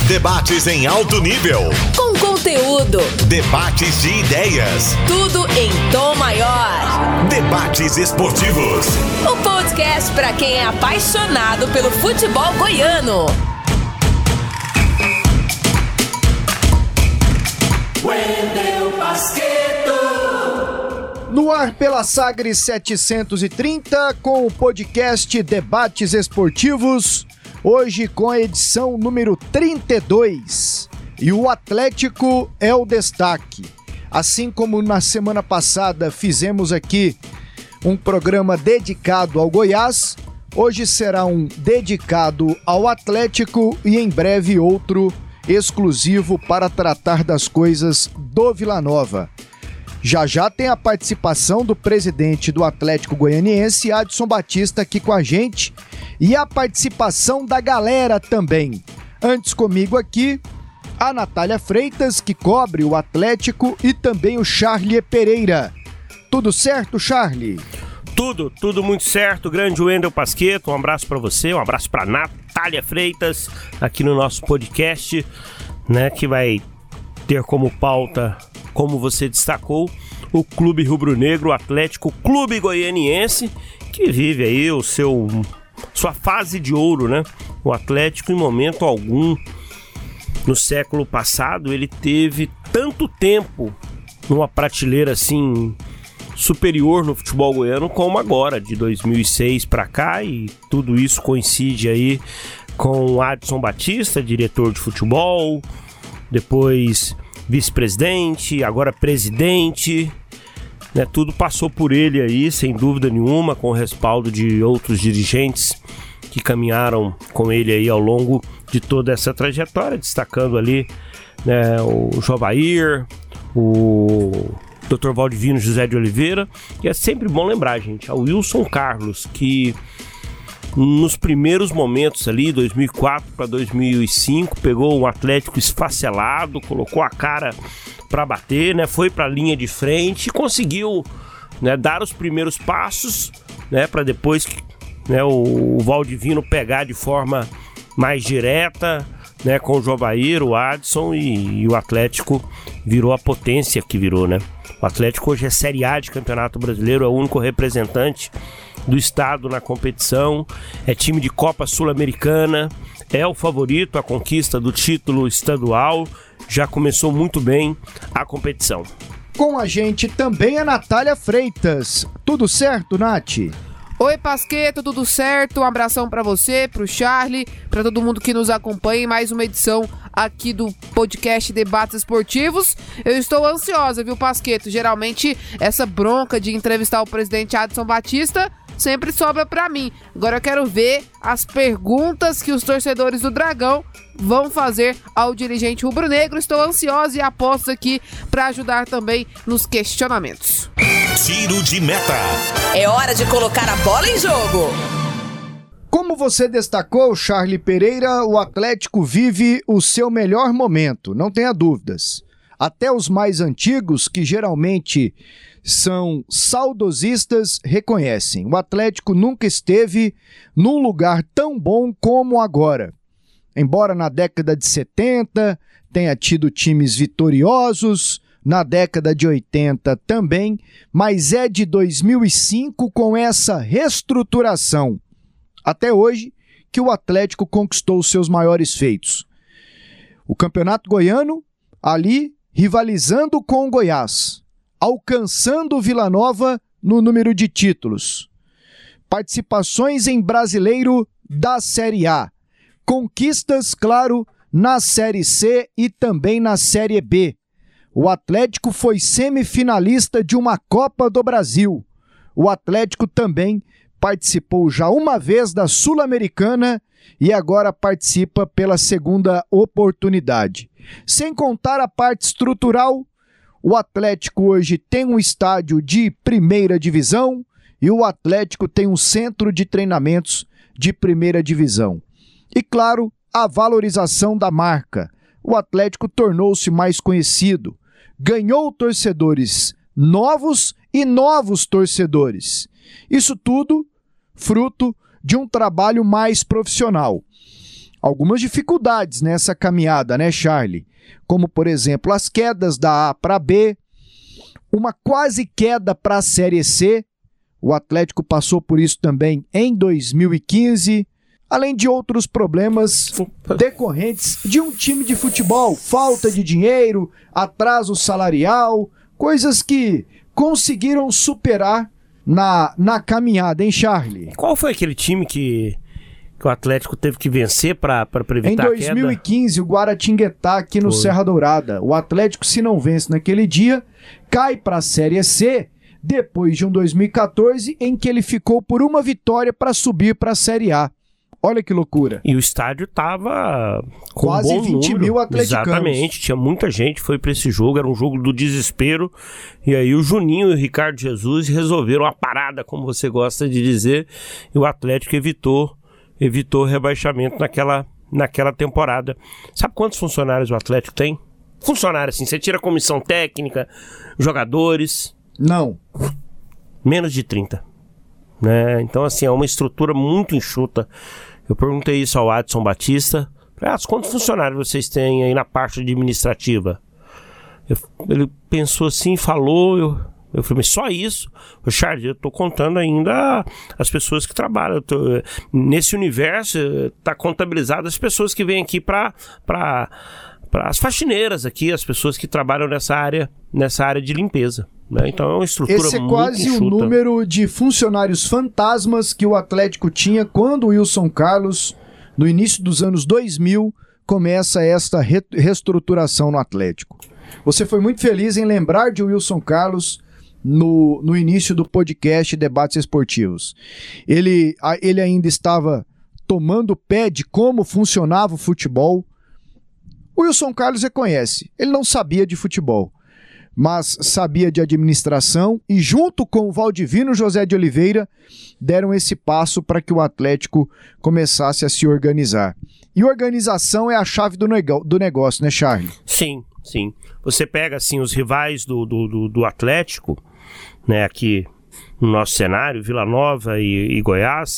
Debates em alto nível. Com conteúdo. Debates de ideias. Tudo em tom maior. Debates esportivos. O podcast para quem é apaixonado pelo futebol goiano. Wendel Basqueto. No ar pela Sagres 730 com o podcast Debates Esportivos. Hoje com a edição número 32, e o Atlético é o destaque. Assim como na semana passada fizemos aqui um programa dedicado ao Goiás, hoje será um dedicado ao Atlético e em breve outro exclusivo para tratar das coisas do Vila Nova. Já tem a participação do presidente do Atlético Goianiense, Adson Batista, aqui com a gente, e a participação da galera também. Antes comigo aqui, a Natália Freitas, que cobre o Atlético, e também o Charlie Pereira. Tudo certo, Charlie? Tudo muito certo, grande Wendel Basqueto, um abraço para você, um abraço para Natália Freitas, aqui no nosso podcast, né, que vai ter como pauta, como você destacou, o Clube Rubro-Negro, o Atlético Clube Goianiense, que vive aí sua fase de ouro, né? O Atlético, em momento algum, no século passado, ele teve tanto tempo numa prateleira assim superior no futebol goiano como agora, de 2006 para cá, e tudo isso coincide aí com o Adson Batista, diretor de futebol, depois vice-presidente, agora presidente, né? Tudo passou por ele aí, sem dúvida nenhuma, com o respaldo de outros dirigentes que caminharam com ele aí ao longo de toda essa trajetória, destacando ali, né, o Jovair, o Dr. Valdivino José de Oliveira, e é sempre bom lembrar, gente, o Wilson Carlos, que nos primeiros momentos ali, 2004 para 2005, pegou um Atlético esfacelado, colocou a cara para bater, né? Foi para a linha de frente e conseguiu, né, dar os primeiros passos, né, para depois, né, o Valdivino pegar de forma mais direta, né, com o Jovair, o Adson, e o Atlético virou a potência que virou, né? O Atlético hoje é Série A de Campeonato Brasileiro, é o único representante do estado na competição, é time de Copa Sul-Americana, é o favorito à conquista do título estadual, já começou muito bem a competição. Com a gente também a Natália Freitas. Tudo certo, Nath? Oi, Basqueto, tudo certo? Um abração pra você, pro Charlie, pra todo mundo que nos acompanha em mais uma edição aqui do podcast Debates Esportivos. Eu estou ansiosa, viu, Basqueto? Geralmente essa bronca de entrevistar o presidente Adson Batista sempre sobra pra mim. Agora eu quero ver as perguntas que os torcedores do Dragão vão fazer ao dirigente rubro-negro. Estou ansiosa e aposto aqui pra ajudar também nos questionamentos. Tiro de meta. É hora de colocar a bola em jogo. Como você destacou, Charlie Pereira, o Atlético vive o seu melhor momento, não tenha dúvidas. Até os mais antigos, que geralmente são saudosistas, reconhecem. O Atlético nunca esteve num lugar tão bom como agora. Embora na década de 70 tenha tido times vitoriosos, na década de 80 também, mas é de 2005 com essa reestruturação até hoje que o Atlético conquistou os seus maiores feitos. O Campeonato Goiano, ali rivalizando com o Goiás, alcançando o Vila Nova no número de títulos. Participações em Brasileiro da Série A. Conquistas, claro, na Série C e também na Série B. O Atlético foi semifinalista de uma Copa do Brasil. O Atlético também participou já uma vez da Sul-Americana e agora participa pela segunda oportunidade. Sem contar a parte estrutural, o Atlético hoje tem um estádio de primeira divisão e o Atlético tem um centro de treinamentos de primeira divisão. E claro, a valorização da marca. O Atlético tornou-se mais conhecido, ganhou torcedores novos e novos torcedores. Isso tudo fruto de um trabalho mais profissional. algumas dificuldades nessa caminhada, né, Charlie? Como, por exemplo, as quedas da A para B, uma quase queda para a Série C. O Atlético passou por isso também em 2015, além de outros problemas decorrentes de um time de futebol, falta de dinheiro, atraso salarial, coisas que conseguiram superar na caminhada, hein, Charlie? Qual foi aquele time que o Atlético teve que vencer para evitar a queda? Em 2015, o Guaratinguetá, aqui no Serra Dourada. O Atlético, se não vence naquele dia, cai para a Série C, depois de um 2014 em que ele ficou por uma vitória para subir para a Série A. Olha que loucura. E o estádio tava com quase um bom 20 número. mil atleticanos. Exatamente, tinha muita gente, foi para esse jogo, era um jogo do desespero. E aí o Juninho e o Ricardo Jesus resolveram a parada, como você gosta de dizer, e o Atlético evitou o rebaixamento naquela temporada. Sabe quantos funcionários o Atlético tem? Funcionários, assim, você tira a comissão técnica, jogadores... Não. Menos de 30. Né? Então, assim, é uma estrutura muito enxuta. Eu perguntei isso ao Adson Batista. Quantos funcionários vocês têm aí na parte administrativa? Ele pensou assim, falou... Eu falei, mas só isso? Charles, eu tô contando ainda as pessoas que trabalham. Nesse universo, tá contabilizado as pessoas que vêm aqui para as faxineiras aqui, as pessoas que trabalham nessa área de limpeza. Né? Então é uma estrutura muito enxuta. Esse é quase o número de funcionários fantasmas que o Atlético tinha quando o Wilson Carlos, no início dos anos 2000, começa esta reestruturação no Atlético. Você foi muito feliz em lembrar de Wilson Carlos no início do podcast Debates Esportivos. Ele ainda estava tomando pé de como funcionava o futebol. O Wilson Carlos reconhece, ele não sabia de futebol, mas sabia de administração e junto com o Valdivino José de Oliveira deram esse passo para que o Atlético começasse a se organizar. E organização é a chave do negócio, né, Charlie? Sim, sim. Você pega assim os rivais do Atlético, né, aqui no nosso cenário, Vila Nova e Goiás,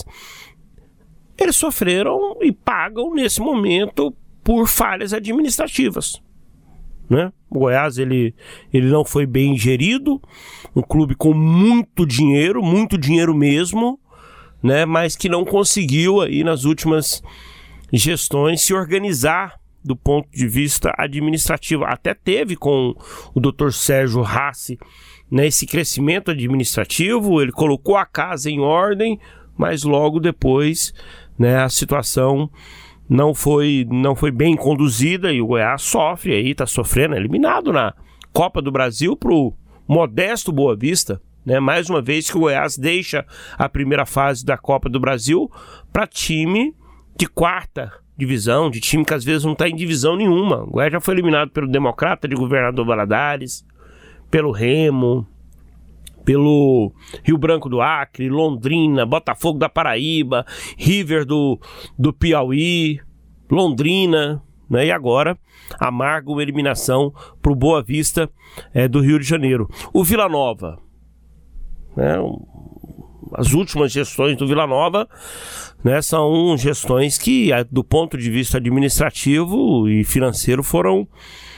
eles sofreram e pagam nesse momento por falhas administrativas. Né? O Goiás ele não foi bem gerido, um clube com muito dinheiro mesmo, né? Mas que não conseguiu aí nas últimas gestões se organizar do ponto de vista administrativo. Até teve com o Dr. Sérgio Rassi, né, esse crescimento administrativo, ele colocou a casa em ordem, mas logo depois, né, a situação não foi bem conduzida e o Goiás sofre aí, está sofrendo, eliminado na Copa do Brasil pro modesto Boa Vista, né? Mais uma vez que o Goiás deixa a primeira fase da Copa do Brasil para time de quarta divisão, de time que às vezes não está em divisão nenhuma. O Goiás já foi eliminado pelo Democrata de Governador Valadares, pelo Remo, pelo Rio Branco do Acre, Londrina, Botafogo da Paraíba, River do Piauí, Londrina, né? E agora amarga uma eliminação para o Boa Vista do Rio de Janeiro. O Vila Nova, né? As últimas gestões do Vila Nova, né, são gestões que, do ponto de vista administrativo e financeiro, foram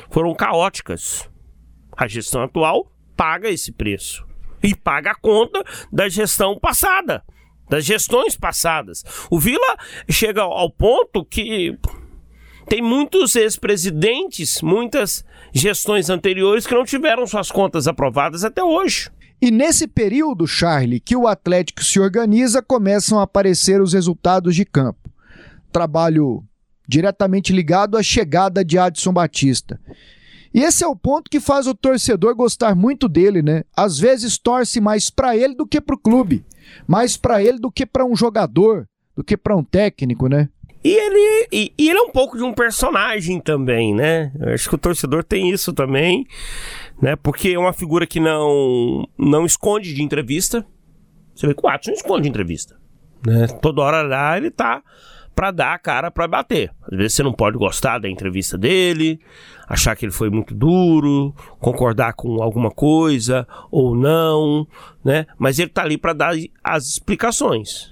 caóticas. A gestão atual paga esse preço. E paga a conta da gestão passada, das gestões passadas. O Vila chega ao ponto que tem muitos ex-presidentes, muitas gestões anteriores que não tiveram suas contas aprovadas até hoje. E nesse período, Charlie, que o Atlético se organiza, começam a aparecer os resultados de campo. Trabalho diretamente ligado à chegada de Adson Batista. E esse é o ponto que faz o torcedor gostar muito dele, né? Às vezes torce mais pra ele do que pro clube, mais pra ele do que pra um jogador, do que pra um técnico, né? E ele é um pouco de um personagem também, né? Eu acho que o torcedor tem isso também, né? Porque é uma figura que não esconde de entrevista. Você vê que o Adson não esconde de entrevista, né? Toda hora lá ele tá pra dar a cara pra bater. Às vezes você não pode gostar da entrevista dele, achar que ele foi muito duro, concordar com alguma coisa ou não, né? Mas ele tá ali pra dar as explicações.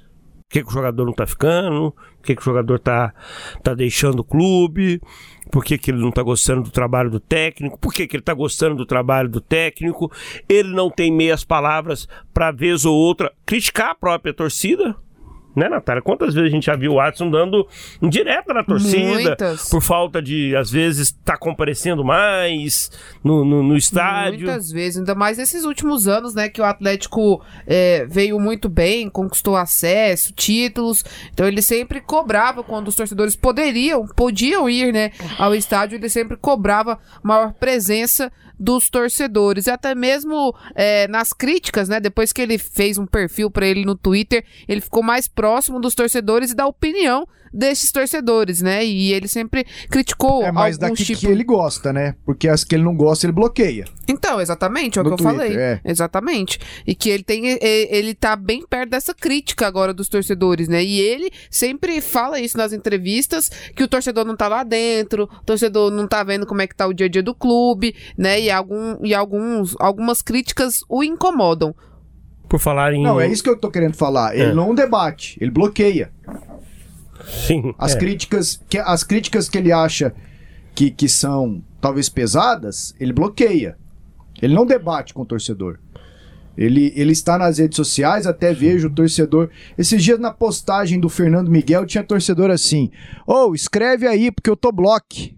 Por que o jogador não tá ficando? Por que o jogador tá deixando o clube? Por que ele não tá gostando do trabalho do técnico? Por que ele tá gostando do trabalho do técnico? Ele não tem meias palavras para vez ou outra criticar a própria torcida? Né, Natália? Quantas vezes a gente já viu o Adson dando indireta na torcida? Muitas. Por falta de, às vezes, estar comparecendo mais no estádio. Muitas vezes, ainda mais nesses últimos anos, né, que o Atlético veio muito bem, conquistou acesso, títulos, então ele sempre cobrava quando os torcedores podiam ir, né, ao estádio, ele sempre cobrava maior presença dos torcedores, e até mesmo nas críticas, né, depois que ele fez um perfil pra ele no Twitter, ele ficou mais próximo dos torcedores e da opinião desses torcedores, né, e ele sempre criticou mais alguns daqui que ele gosta, né, porque as que ele não gosta ele bloqueia. Então, exatamente, é o que eu falei, exatamente, e que ele tá bem perto dessa crítica agora dos torcedores, né, e ele sempre fala isso nas entrevistas, que o torcedor não tá lá dentro, o torcedor não tá vendo como é que tá o dia a dia do clube, né, e algumas críticas o incomodam. Por falar em... Não, é isso que eu tô querendo falar. Ele não debate, ele bloqueia. Sim. As críticas que ele acha que são talvez pesadas, ele bloqueia. Ele não debate com o torcedor. Ele está nas redes sociais, até vejo o torcedor. Esses dias na postagem do Fernando Miguel tinha torcedor assim: escreve aí porque eu tô bloque.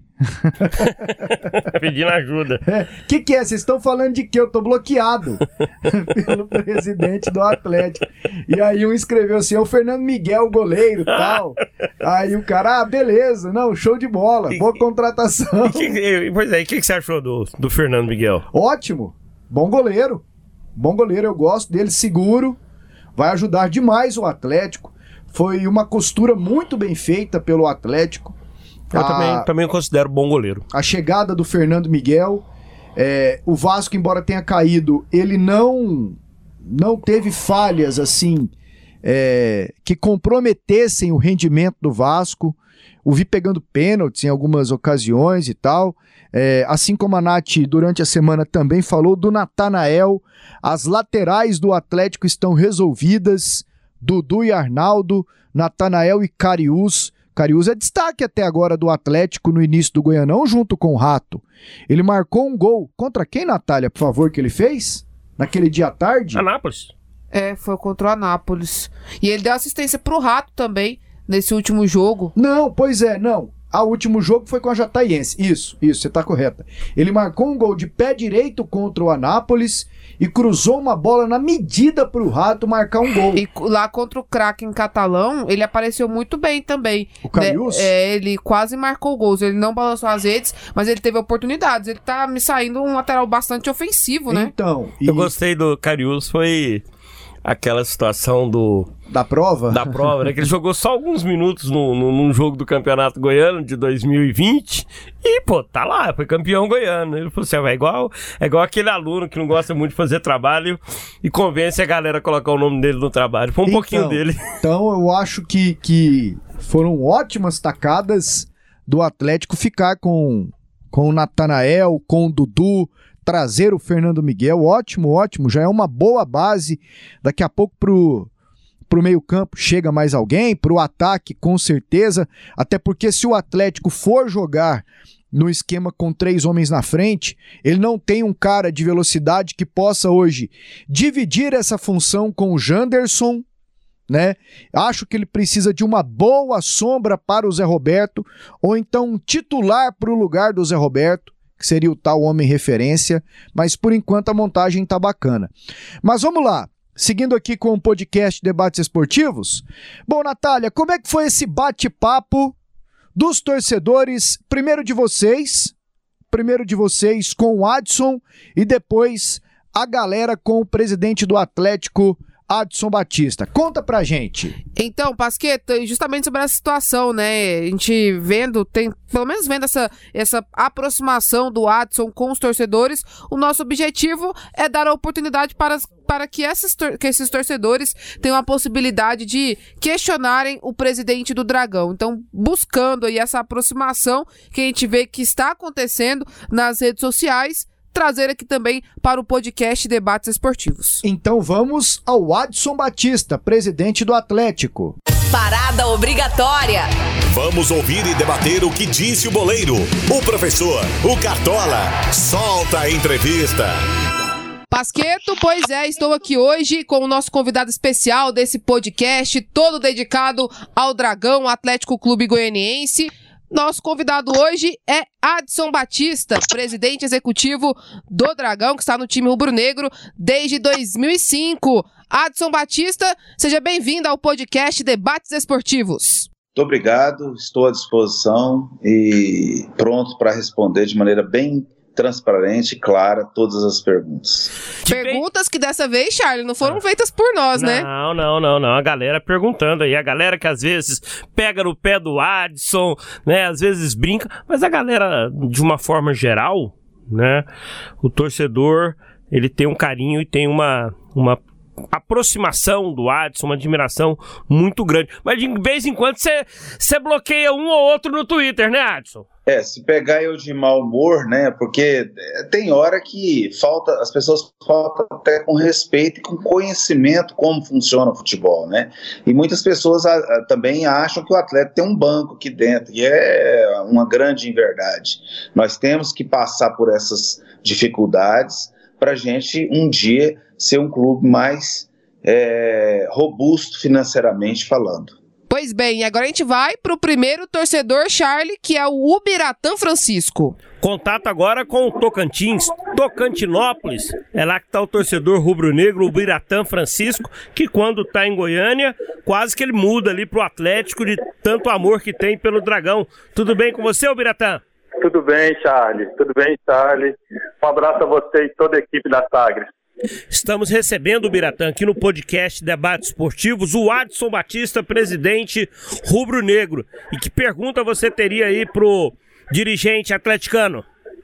Pedindo ajuda. Que é? Vocês estão falando de que eu tô bloqueado pelo presidente do Atlético. E aí um escreveu assim: é o Fernando Miguel, goleiro, tal. Aí o cara, beleza, não, show de bola, boa contratação. Pois é, o que você achou do Fernando Miguel? Ótimo, bom goleiro, eu gosto dele, seguro, vai ajudar demais o Atlético. Foi uma costura muito bem feita pelo Atlético. Eu também considero bom goleiro. A chegada do Fernando Miguel, o Vasco, embora tenha caído, ele não teve falhas assim que comprometessem o rendimento do Vasco. O vi pegando pênaltis em algumas ocasiões e tal. Assim como a Nath durante a semana também falou do Natanael. As laterais do Atlético estão resolvidas. Dudu e Arnaldo, Natanael e Cariús. Cariús é destaque até agora do Atlético no início do Goianão, junto com o Rato. Ele marcou um gol. Contra quem, Natália, por favor, que ele fez? Naquele dia à tarde? Anápolis. Foi contra o Anápolis. E ele deu assistência pro Rato também, nesse último jogo. Não, pois é, não. O último jogo foi com a Jataiense. Isso, você tá correta. Ele marcou um gol de pé direito contra o Anápolis e cruzou uma bola na medida pro Rato marcar um gol. E lá contra o Kraken Catalão, ele apareceu muito bem também. O Cariús? Ele quase marcou gols. Ele não balançou as redes, mas ele teve oportunidades. Ele tá me saindo um lateral bastante ofensivo, né? Então... Eu gostei do Cariús, foi aquela situação da prova, né? Que ele jogou só alguns minutos num jogo do Campeonato Goiano de 2020 e, tá lá, foi campeão goiano. Ele falou assim, é igual aquele aluno que não gosta muito de fazer trabalho e convence a galera a colocar o nome dele no trabalho. Foi um pouquinho dele. Então eu acho que foram ótimas tacadas do Atlético ficar com o Natanael, com o Dudu, trazer o Fernando Miguel, ótimo, já é uma boa base. Daqui a pouco pro meio campo chega mais alguém, pro ataque com certeza, até porque se o Atlético for jogar no esquema com 3 homens na frente, ele não tem um cara de velocidade que possa hoje dividir essa função com o Janderson, né? Acho que ele precisa de uma boa sombra para o Zé Roberto, ou então um titular para o lugar do Zé Roberto, que seria o tal homem referência, mas por enquanto a montagem tá bacana. Mas vamos lá, seguindo aqui com o podcast Debates Esportivos. Bom, Natália, como é que foi esse bate-papo dos torcedores, primeiro de vocês com o Adson e depois a galera com o presidente do Atlético, Adson Batista? Conta pra gente. Então, Pasqueta, justamente sobre essa situação, né, a gente vendo essa aproximação do Adson com os torcedores, o nosso objetivo é dar a oportunidade para que esses torcedores tenham a possibilidade de questionarem o presidente do Dragão. Então, buscando aí essa aproximação que a gente vê que está acontecendo nas redes sociais, trazer aqui também para o podcast Debates Esportivos. Então vamos ao Adson Batista, presidente do Atlético. Parada obrigatória. Vamos ouvir e debater o que disse o boleiro, o professor, o Cartola. Solta a entrevista. Pasquetto, pois é, estou aqui hoje com o nosso convidado especial desse podcast, todo dedicado ao Dragão Atlético Clube Goianiense. Nosso convidado hoje é Adson Batista, presidente executivo do Dragão, que está no time rubro-negro desde 2005. Adson Batista, seja bem-vindo ao podcast Debates Esportivos. Muito obrigado, estou à disposição e pronto para responder de maneira bem transparente e clara todas as perguntas. Perguntas que dessa vez, Charlie, não foram feitas por nós, né? Não. A galera perguntando aí. A galera que às vezes pega no pé do Adson, né? Às vezes brinca. Mas a galera, de uma forma geral, né? O torcedor, ele tem um carinho e tem uma aproximação do Adson, uma admiração muito grande. Mas de vez em quando você bloqueia um ou outro no Twitter, né, Adson? Se pegar eu de mau humor, né, porque tem hora que as pessoas faltam até com respeito e com conhecimento como funciona o futebol, né, e muitas pessoas também acham que o atleta tem um banco aqui dentro, e é uma grande inverdade. Nós temos que passar por essas dificuldades para a gente um dia ser um clube mais robusto financeiramente falando. Pois bem, agora a gente vai para o primeiro torcedor, Charlie, que é o Ubiratã Francisco. Contato agora com o Tocantins, Tocantinópolis. É lá que está o torcedor rubro-negro, o Ubiratã Francisco, que quando está em Goiânia, quase que ele muda ali pro Atlético de tanto amor que tem pelo Dragão. Tudo bem com você, Ubiratã? Tudo bem, Charlie. Um abraço a você e toda a equipe da Sagres. Estamos recebendo o Ubiratã aqui no podcast Debates Esportivos, o Adson Batista, presidente rubro-negro. E que pergunta você teria aí pro dirigente atleticano?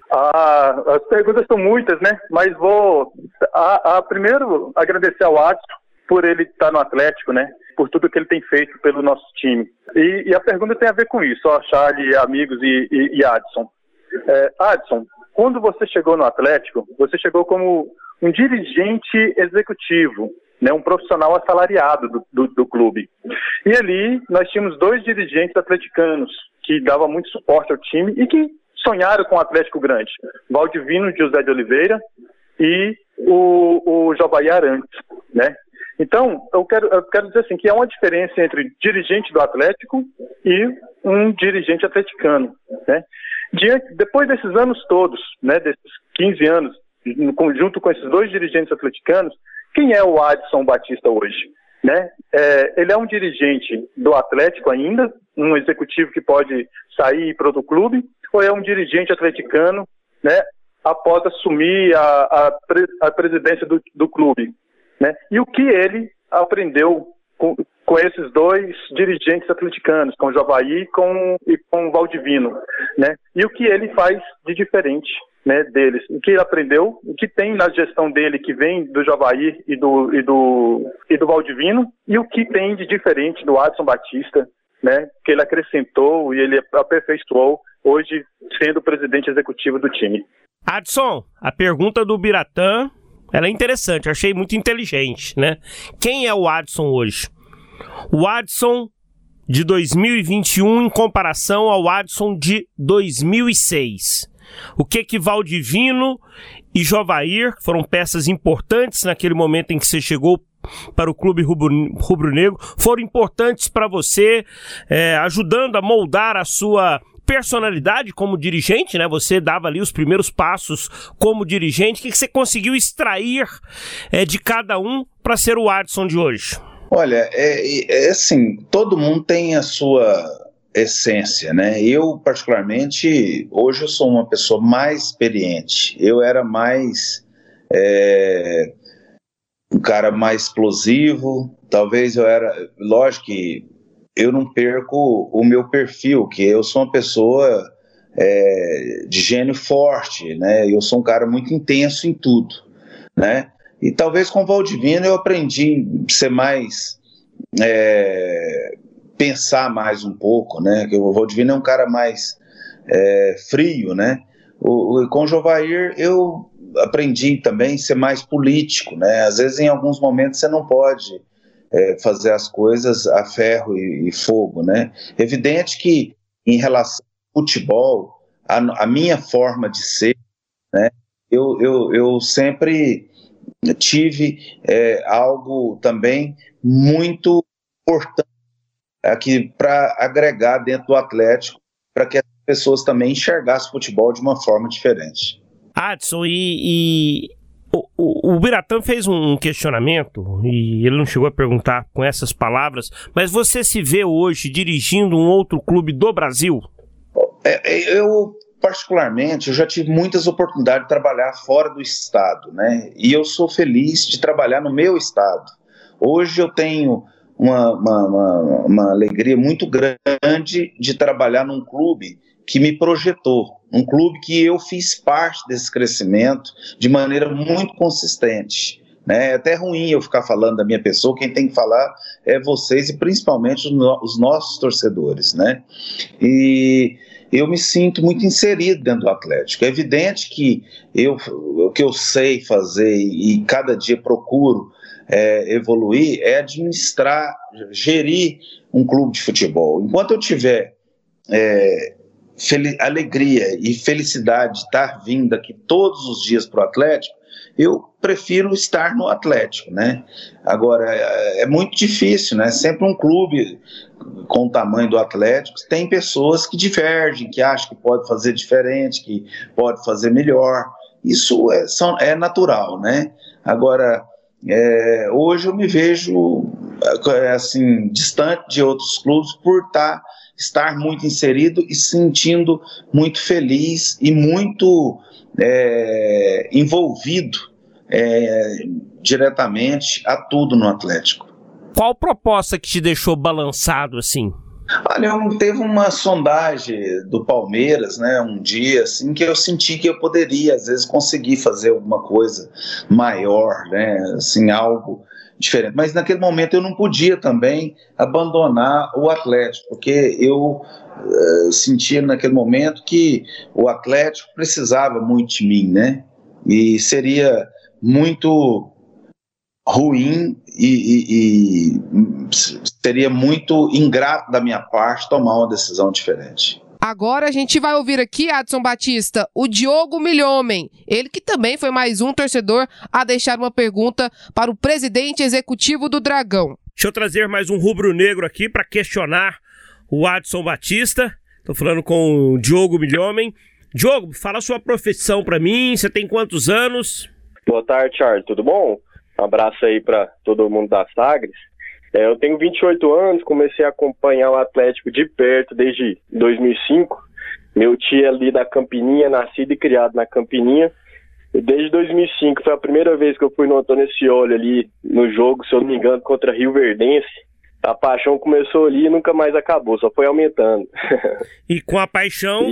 As perguntas são muitas, né? Mas vou primeiro agradecer ao Adson por ele estar no Atlético, né? Por tudo que ele tem feito pelo nosso time. E a pergunta tem a ver com isso, Charlie, amigos e Adson. Adson, quando você chegou no Atlético, você chegou como um dirigente executivo, né, um profissional assalariado do clube. E ali nós tínhamos 2 dirigentes atleticanos que davam muito suporte ao time e que sonharam com o Atlético grande. Valdivino José de Oliveira e o Jobaí Arantes, né? Então, eu quero dizer assim, que há uma diferença entre dirigente do Atlético e um dirigente atleticano, né? Depois desses anos todos, né, desses 15 anos, junto com esses 2 dirigentes atleticanos, quem é o Adson Batista hoje? Né? Ele é um dirigente do Atlético ainda, um executivo que pode sair para outro clube, ou é um dirigente atleticano, né, após assumir a presidência do clube? Né? E o que ele aprendeu com esses 2 dirigentes atleticanos, com o Jobaí e com o Valdivino, né? E o que ele faz de diferente, né, deles, o que ele aprendeu, o que tem na gestão dele que vem do Jobaí e do Valdivino, e o que tem de diferente do Adson Batista, né, que ele acrescentou e ele aperfeiçoou, hoje sendo o presidente executivo do time. Adson, a pergunta do Ubiratã, ela é interessante, eu achei muito inteligente, né? Quem é o Adson hoje? O Adson de 2021 em comparação ao Adson de 2006. O que Valdivino e Jovair, que foram peças importantes naquele momento em que você chegou para o clube rubro-negro, foram importantes para você, ajudando a moldar a sua personalidade como dirigente, né? Você dava ali os primeiros passos como dirigente. O que você conseguiu extrair de cada um para ser o Adson de hoje? Olha, assim, todo mundo tem a sua essência, né? Eu, particularmente, hoje eu sou uma pessoa mais experiente. Eu era mais um cara mais explosivo, talvez lógico que eu não perco o meu perfil, que eu sou uma pessoa de gênio forte, né? Eu sou um cara muito intenso em tudo, né? E talvez com o Valdivino eu aprendi a ser mais, pensar mais um pouco, né? Que o Valdivino é um cara mais frio, né? Com o Jovair eu aprendi também a ser mais político, né? Às vezes em alguns momentos você não pode fazer as coisas a ferro e fogo, né? Evidente que em relação ao futebol, a minha forma de ser, né? Eu sempre tive algo também muito importante aqui para agregar dentro do Atlético, para que as pessoas também enxergassem o futebol de uma forma diferente. Adson, o Biratã fez um questionamento, e ele não chegou a perguntar com essas palavras, mas você se vê hoje dirigindo um outro clube do Brasil? Eu, particularmente, eu já tive muitas oportunidades de trabalhar fora do estado, né? E eu sou feliz de trabalhar no meu estado. Hoje eu tenho uma alegria muito grande de trabalhar num clube que me projetou, um clube que eu fiz parte desse crescimento de maneira muito consistente, né? É até ruim eu ficar falando da minha pessoa, quem tem que falar é vocês e principalmente os nossos torcedores, né? E eu me sinto muito inserido dentro do Atlético. É evidente que o que eu sei fazer e cada dia procuro evoluir é administrar, gerir um clube de futebol. Enquanto eu tiver alegria e felicidade de estar vindo aqui todos os dias para o Atlético, eu prefiro estar no Atlético, né? Agora, é muito difícil, né? Sempre um clube com o tamanho do Atlético tem pessoas que divergem, que acham que pode fazer diferente, que pode fazer melhor. Isso é natural, né? Agora, hoje eu me vejo assim, distante de outros clubes por estar muito inserido e sentindo muito feliz e muito envolvido diretamente a tudo no Atlético. Qual proposta que te deixou balançado assim? Olha, teve uma sondagem do Palmeiras, né, um dia, assim, que eu senti que eu poderia, às vezes, conseguir fazer alguma coisa maior, né, assim, algo diferente. Mas naquele momento eu não podia também abandonar o Atlético, porque eu sentia naquele momento que o Atlético precisava muito de mim, né, e seria muito ruim e seria muito ingrato da minha parte tomar uma decisão diferente. Agora a gente vai ouvir aqui, Adson Batista, o Diogo Milhomem, ele que também foi mais um torcedor a deixar uma pergunta para o presidente executivo do Dragão. Deixa eu trazer mais um rubro-negro aqui para questionar o Adson Batista. Estou falando com o Diogo Milhomem. Diogo, fala a sua profissão para mim, você tem quantos anos? Boa tarde, Charles, tudo bom? Um abraço aí para todo mundo da Sagres. Eu tenho 28 anos, comecei a acompanhar o Atlético de perto desde 2005. Meu tio é ali da Campininha, nascido e criado na Campininha. E desde 2005 foi a primeira vez que eu fui no Antônio Scioli ali no jogo, se eu não me engano, contra Rio Verdense. A paixão começou ali e nunca mais acabou, só foi aumentando. E com a paixão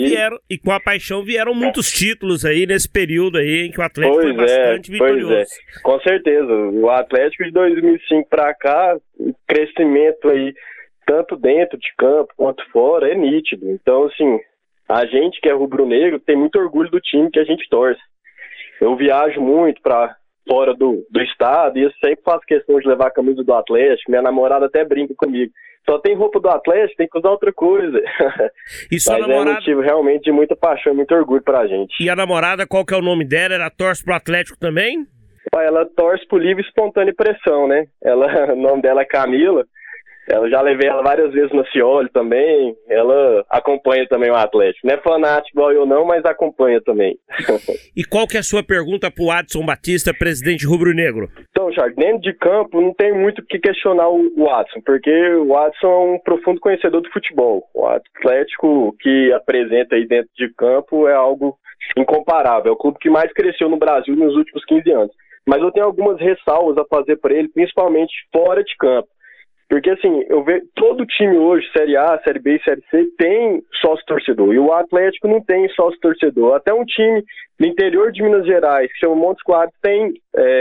vieram muitos títulos aí nesse período aí em que o Atlético foi bastante vitorioso. Com certeza. O Atlético de 2005 para cá, o crescimento aí, tanto dentro de campo quanto fora, é nítido. Então, assim, a gente que é rubro-negro tem muito orgulho do time que a gente torce. Eu viajo muito para fora do estado, e eu sempre faço questão de levar a camisa do Atlético. Minha namorada até brinca comigo. Só tem roupa do Atlético, tem que usar outra coisa. E sua Mas namorada... é motivo realmente de muita paixão e muito orgulho pra gente. E a namorada, qual que é o nome dela? Ela torce pro Atlético também? Ela torce por livre e espontânea pressão, né? O nome dela é Camila. Eu já levei ela várias vezes no Scioli também. Ela acompanha também o Atlético. Não é fanático igual eu não, mas acompanha também. E qual que é a sua pergunta pro Adson Batista, presidente rubro-negro? Então, Charles, dentro de campo não tem muito o que questionar o Adson, porque o Adson é um profundo conhecedor do futebol. O Atlético que apresenta aí dentro de campo é algo incomparável. É o clube que mais cresceu no Brasil nos últimos 15 anos. Mas eu tenho algumas ressalvas a fazer para ele, principalmente fora de campo. Porque, assim, eu vejo todo time hoje, Série A, Série B e Série C, tem sócio-torcedor. E o Atlético não tem sócio-torcedor. Até um time do interior de Minas Gerais, que chama Montes Claros, tem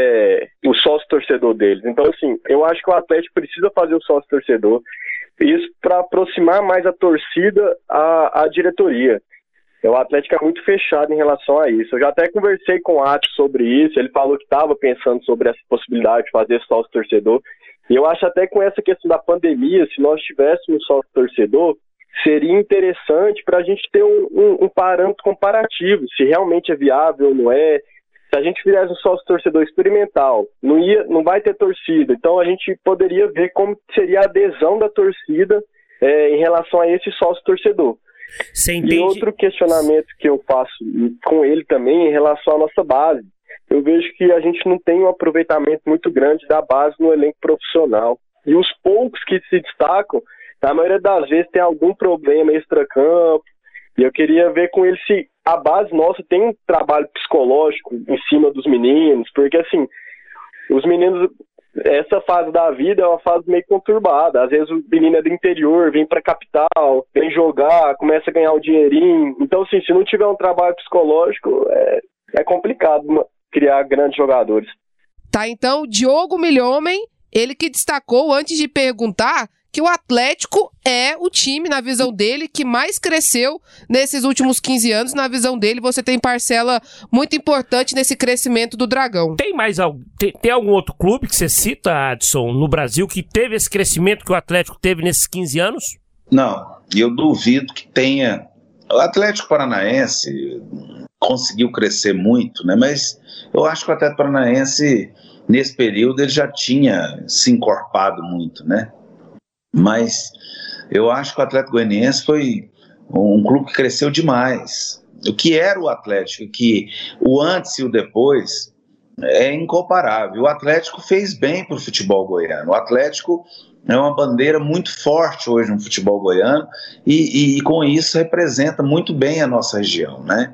o sócio-torcedor deles. Então, assim, eu acho que o Atlético precisa fazer o sócio-torcedor. Isso para aproximar mais a torcida à diretoria. O Atlético é muito fechado em relação a isso. Eu já até conversei com o Atlético sobre isso, ele falou que estava pensando sobre essa possibilidade de fazer sócio-torcedor. E eu acho até com essa questão da pandemia, se nós tivéssemos sócio-torcedor, seria interessante para a gente ter um parâmetro comparativo, se realmente é viável ou não é. Se a gente fizesse um sócio-torcedor experimental, não vai ter torcida. Então a gente poderia ver como seria a adesão da torcida em relação a esse sócio-torcedor. E outro questionamento que eu faço com ele também em relação à nossa base. Eu vejo que a gente não tem um aproveitamento muito grande da base no elenco profissional. E os poucos que se destacam, na maioria das vezes tem algum problema extracampo. E eu queria ver com ele se a base nossa tem um trabalho psicológico em cima dos meninos. Porque assim, os meninos, essa fase da vida é uma fase meio conturbada. Às vezes o menino é do interior, vem pra capital, vem jogar, começa a ganhar um dinheirinho. Então assim, se não tiver um trabalho psicológico, é complicado criar grandes jogadores. Tá, então, Diogo Milhomem, ele que destacou antes de perguntar que o Atlético é o time, na visão dele, que mais cresceu nesses últimos 15 anos. Na visão dele, você tem parcela muito importante nesse crescimento do Dragão. Tem algum outro clube que você cita, Adson, no Brasil, que teve esse crescimento que o Atlético teve nesses 15 anos? Não, eu duvido que tenha. O Atlético Paranaense conseguiu crescer muito, né? Mas eu acho que o Atlético Paranaense, nesse período, ele já tinha se encorpado muito, né? Mas eu acho que o Atlético Goianiense foi um clube que cresceu demais. O que era o Atlético, que o antes e o depois é incomparável. O Atlético fez bem para o futebol goiano. O Atlético é uma bandeira muito forte hoje no futebol goiano e com isso representa muito bem a nossa região, né?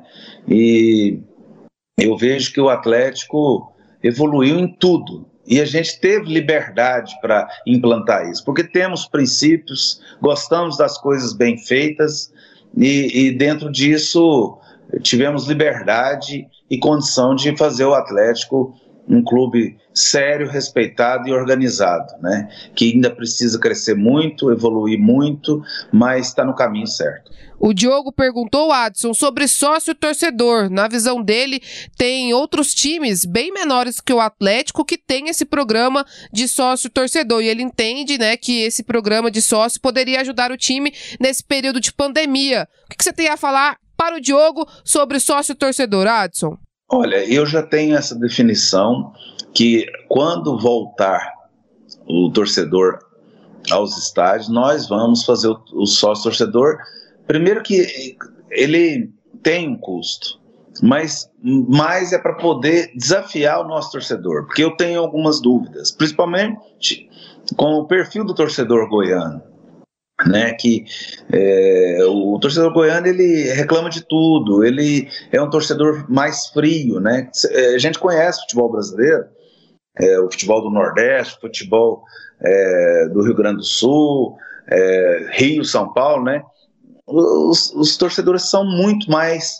E eu vejo que o Atlético evoluiu em tudo. E a gente teve liberdade para implantar isso, porque temos princípios, gostamos das coisas bem feitas e dentro disso tivemos liberdade e condição de fazer o Atlético um clube sério, respeitado e organizado, né? Que ainda precisa crescer muito, evoluir muito, mas está no caminho certo. O Diogo perguntou, Adson, sobre sócio-torcedor. Na visão dele, tem outros times bem menores que o Atlético que tem esse programa de sócio-torcedor. E ele entende, né, que esse programa de sócio poderia ajudar o time nesse período de pandemia. O que você tem a falar para o Diogo sobre sócio-torcedor, Adson? Olha, eu já tenho essa definição que quando voltar o torcedor aos estádios, nós vamos fazer o sócio-torcedor. Primeiro que ele tem um custo, mas mais é para poder desafiar o nosso torcedor, porque eu tenho algumas dúvidas, principalmente com o perfil do torcedor goiano, né? Que o torcedor goiano ele reclama de tudo, ele é um torcedor mais frio, né? A gente conhece o futebol brasileiro, o futebol do Nordeste, o futebol do Rio Grande do Sul, Rio, São Paulo, né? Os torcedores são muito mais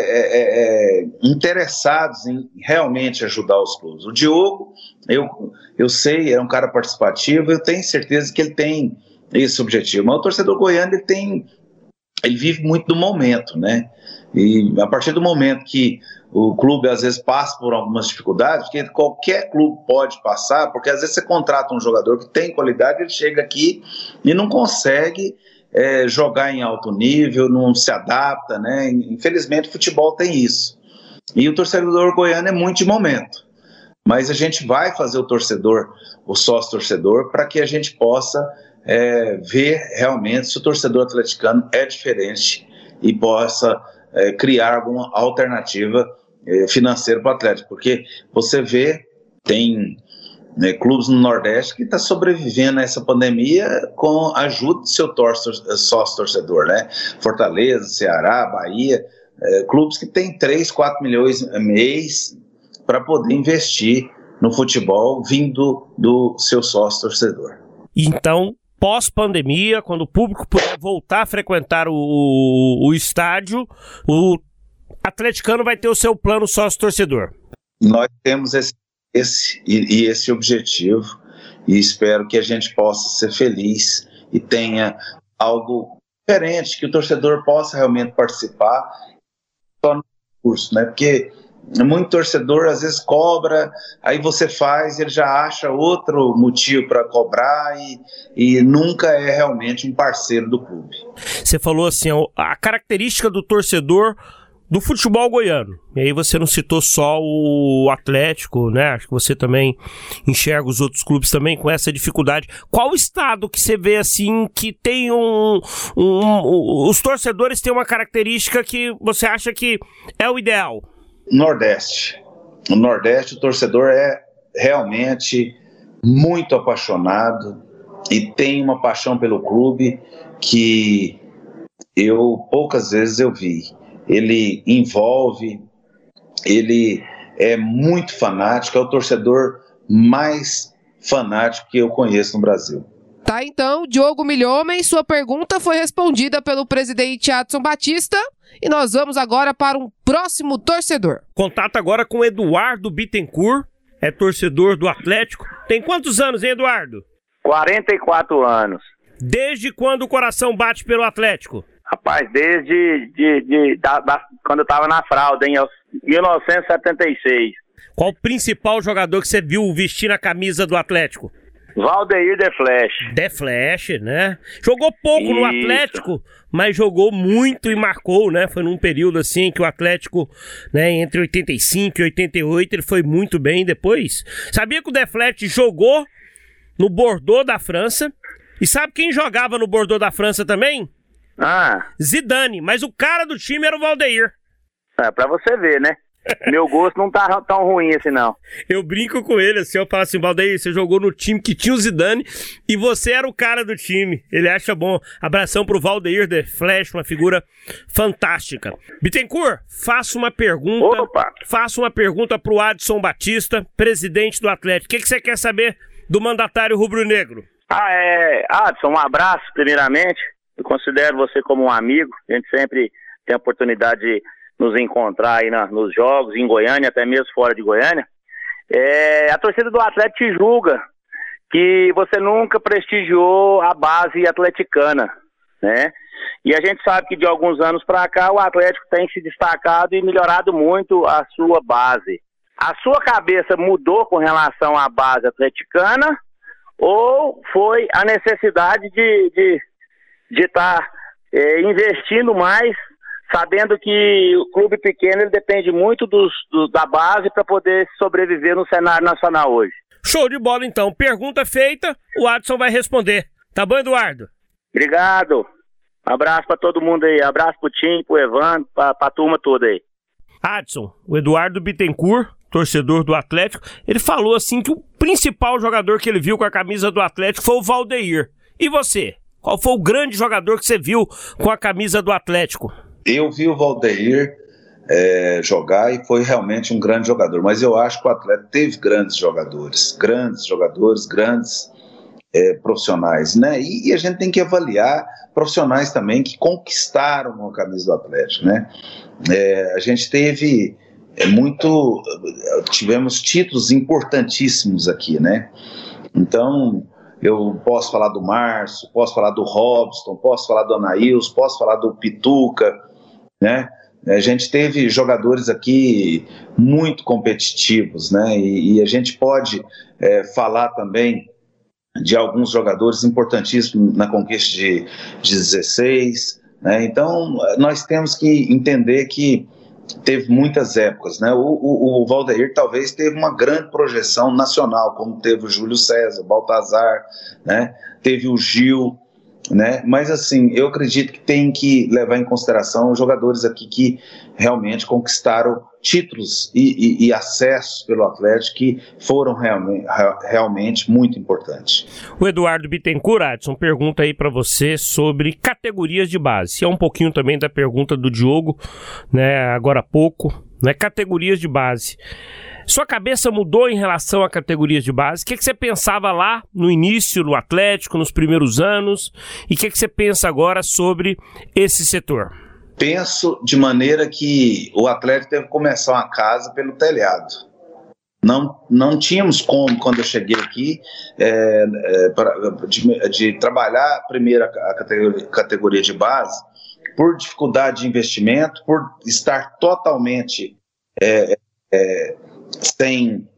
interessados em realmente ajudar os clubes. O Diogo, eu sei, é um cara participativo, eu tenho certeza que ele tem esse objetivo, mas o torcedor goiano ele vive muito do momento, né? E a partir do momento que o clube às vezes passa por algumas dificuldades, porque qualquer clube pode passar, porque às vezes você contrata um jogador que tem qualidade, ele chega aqui e não consegue jogar em alto nível, não se adapta, né? Infelizmente o futebol tem isso. E o torcedor goiano é muito de momento. Mas a gente vai fazer o sócio-torcedor, para que a gente possa ver realmente se o torcedor atleticano é diferente e possa criar alguma alternativa financeira para o Atlético. Porque você vê, tem clubes no Nordeste que está sobrevivendo a essa pandemia com a ajuda do seu sócio-torcedor, né? Fortaleza, Ceará, Bahia, clubes que têm 3, 4 milhões mês para poder investir no futebol vindo do seu sócio-torcedor. Então, pós-pandemia, quando o público puder voltar a frequentar o estádio, o atleticano vai ter o seu plano sócio-torcedor. Nós temos esse objetivo e espero que a gente possa ser feliz e tenha algo diferente, que o torcedor possa realmente participar só no curso, né? Porque muito torcedor às vezes cobra, aí você faz, ele já acha outro motivo para cobrar e nunca é realmente um parceiro do clube. Você falou assim, a característica do torcedor do futebol goiano, e aí você não citou só o Atlético, né? Acho que você também enxerga os outros clubes também com essa dificuldade. Qual estado que você vê assim que tem os torcedores têm uma característica que você acha que é o ideal? Nordeste. No Nordeste o torcedor é realmente muito apaixonado e tem uma paixão pelo clube que poucas vezes eu vi. Ele envolve, ele é muito fanático, é o torcedor mais fanático que eu conheço no Brasil. Tá, então, Diogo Milhomem, sua pergunta foi respondida pelo presidente Adson Batista e nós vamos agora para um próximo torcedor. Contato agora com Eduardo Bittencourt, é torcedor do Atlético. Tem quantos anos, hein, Eduardo? 44 anos. Desde quando o coração bate pelo Atlético? Rapaz, desde quando eu tava na fralda, em 1976. Qual o principal jogador que você viu vestir a camisa do Atlético? Valdeir The Flash. The Flash, né? Jogou pouco no Atlético, mas jogou muito e marcou, né? Foi num período assim que o Atlético, né, entre 85 e 88, ele foi muito bem depois. Sabia que o The Flash jogou no Bordeaux da França? E sabe quem jogava no Bordeaux da França também? Zidane, mas o cara do time era o Valdeir. Pra você ver, né? Meu gosto não tá tão ruim assim, não. Eu brinco com ele, assim, eu falo assim, Valdeir, você jogou no time que tinha o Zidane e você era o cara do time. Ele acha bom. Abração pro Valdeir The Flash, uma figura fantástica. Bittencourt, faço uma pergunta pro Adson Batista, presidente do Atlético. O que você quer saber do mandatário rubro-negro? Adson, um abraço, primeiramente. Eu considero você como um amigo. A gente sempre tem a oportunidade de nos encontrar aí nos jogos em Goiânia, até mesmo fora de Goiânia. A torcida do Atlético te julga que você nunca prestigiou a base atleticana, né? E a gente sabe que de alguns anos para cá o Atlético tem se destacado e melhorado muito a sua base. A sua cabeça mudou com relação à base atleticana ou foi a necessidade de estar investindo mais, sabendo que o clube pequeno ele depende muito da base para poder sobreviver no cenário nacional hoje? Show de bola, então. Pergunta feita, o Adson vai responder. Tá bom, Eduardo? Obrigado. Abraço para todo mundo aí. Abraço pro Tim, pro Evandro, pra turma toda aí. Adson, o Eduardo Bittencourt, torcedor do Atlético, ele falou assim que o principal jogador que ele viu com a camisa do Atlético foi o Valdeir. E você? Qual foi o grande jogador que você viu com a camisa do Atlético? Eu vi o Valdeir jogar e foi realmente um grande jogador, mas eu acho que o Atlético teve grandes jogadores, grandes profissionais, né? E a gente tem que avaliar profissionais também que conquistaram a camisa do Atlético, né? A gente teve tivemos títulos importantíssimos aqui, né? Então eu posso falar do Márcio, posso falar do Robson, posso falar do Anaílson, posso falar do Pituca, né? A gente teve jogadores aqui muito competitivos, né? E a gente pode falar também de alguns jogadores importantíssimos na conquista de 16, né? Então nós temos que entender que teve muitas épocas, né? O Valdeir talvez teve uma grande projeção nacional, como teve o Júlio César, o Baltazar, né? Teve o Gil, né? Mas assim, eu acredito que tem que levar em consideração os jogadores aqui que realmente conquistaram títulos e acessos pelo Atlético que foram realmente muito importantes. O Eduardo Bittencourt, Adson, pergunta aí para você sobre categorias de base. É um pouquinho também da pergunta do Diogo, né, agora há pouco, né, categorias de base. Sua cabeça mudou em relação a categorias de base? O que você pensava lá no início, no Atlético, nos primeiros anos? E o que você pensa agora sobre esse setor? Penso de maneira que o Atlético deve começar uma casa pelo telhado. Não tínhamos como, quando eu cheguei aqui, de trabalhar primeiro a categoria de base, por dificuldade de investimento, por estar totalmente sem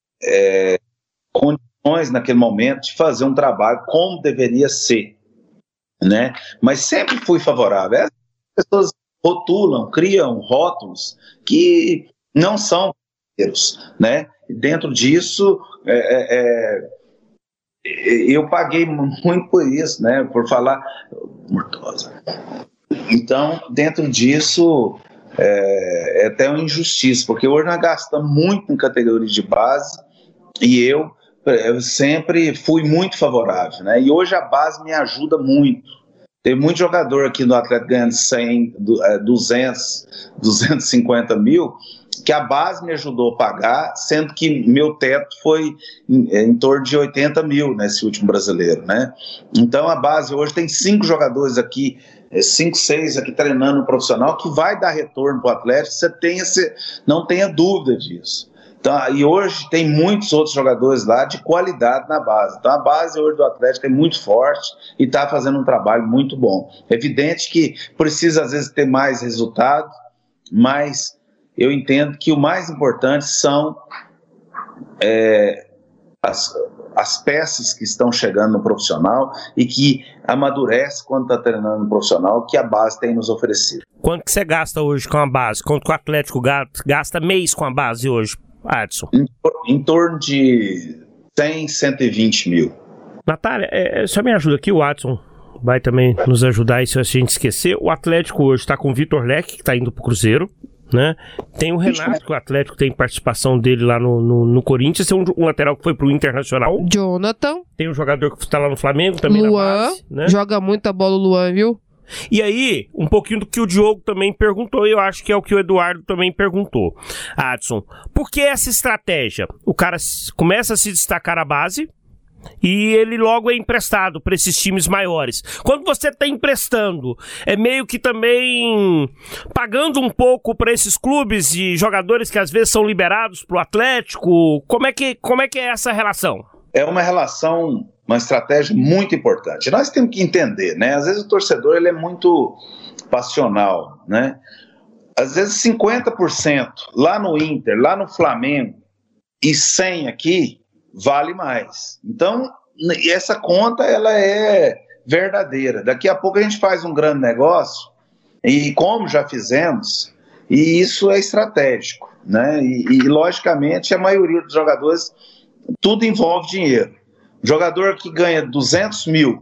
condições naquele momento de fazer um trabalho como deveria ser, né? Mas sempre fui favorável. As pessoas rotulam, criam rótulos que não são verdadeiros, né? E dentro disso, eu paguei muito por isso, né? Por falar Mortosa. Então, dentro disso, é até uma injustiça, porque hoje nós gastamos muito em categoria de base e eu sempre fui muito favorável, né? E hoje a base me ajuda muito. Tem muito jogador aqui no Atlético ganhando 100, 200, 250 mil, que a base me ajudou a pagar, sendo que meu teto foi em torno de 80 mil nesse último brasileiro, né? Então a base hoje tem 5 jogadores aqui, 5, 6 aqui treinando no profissional, que vai dar retorno para o Atlético, não tenha dúvida disso. Então, e hoje tem muitos outros jogadores lá de qualidade na base. Então a base hoje do Atlético é muito forte e está fazendo um trabalho muito bom. É evidente que precisa às vezes ter mais resultado, mas eu entendo que o mais importante são as peças que estão chegando no profissional e que amadurece quando está treinando no profissional, que a base tem nos oferecido. Quanto que você gasta hoje com a base? Quanto que o Atlético gasta mês com a base hoje, Adson? Em torno de 100, 120 mil. Natália, só me ajuda aqui, o Adson vai também nos ajudar aí se a gente esquecer. O Atlético hoje está com o Vitor Leque, que está indo para o Cruzeiro, né? Tem o Renato, que o Atlético tem participação dele lá no Corinthians. Tem um lateral que foi pro Internacional. Jonathan. Tem um jogador que está lá no Flamengo também. Luan, na base, né? Joga muita bola o Luan, viu? E aí, um pouquinho do que o Diogo também perguntou, e eu acho que é o que o Eduardo também perguntou. Adson, por que essa estratégia? O cara começa a se destacar na base e ele logo é emprestado para esses times maiores. Quando você está emprestando, é meio que também pagando um pouco para esses clubes e jogadores que às vezes são liberados para o Atlético. Como é que é essa relação? É uma relação, uma estratégia muito importante. Nós temos que entender, né? Às vezes o torcedor ele é muito passional, né? Às vezes 50% lá no Inter, lá no Flamengo e 100 aqui vale mais. Então, essa conta ela é verdadeira. Daqui a pouco a gente faz um grande negócio, e como já fizemos, e isso é estratégico, né? E logicamente a maioria dos jogadores, tudo envolve dinheiro. Jogador que ganha 200 mil,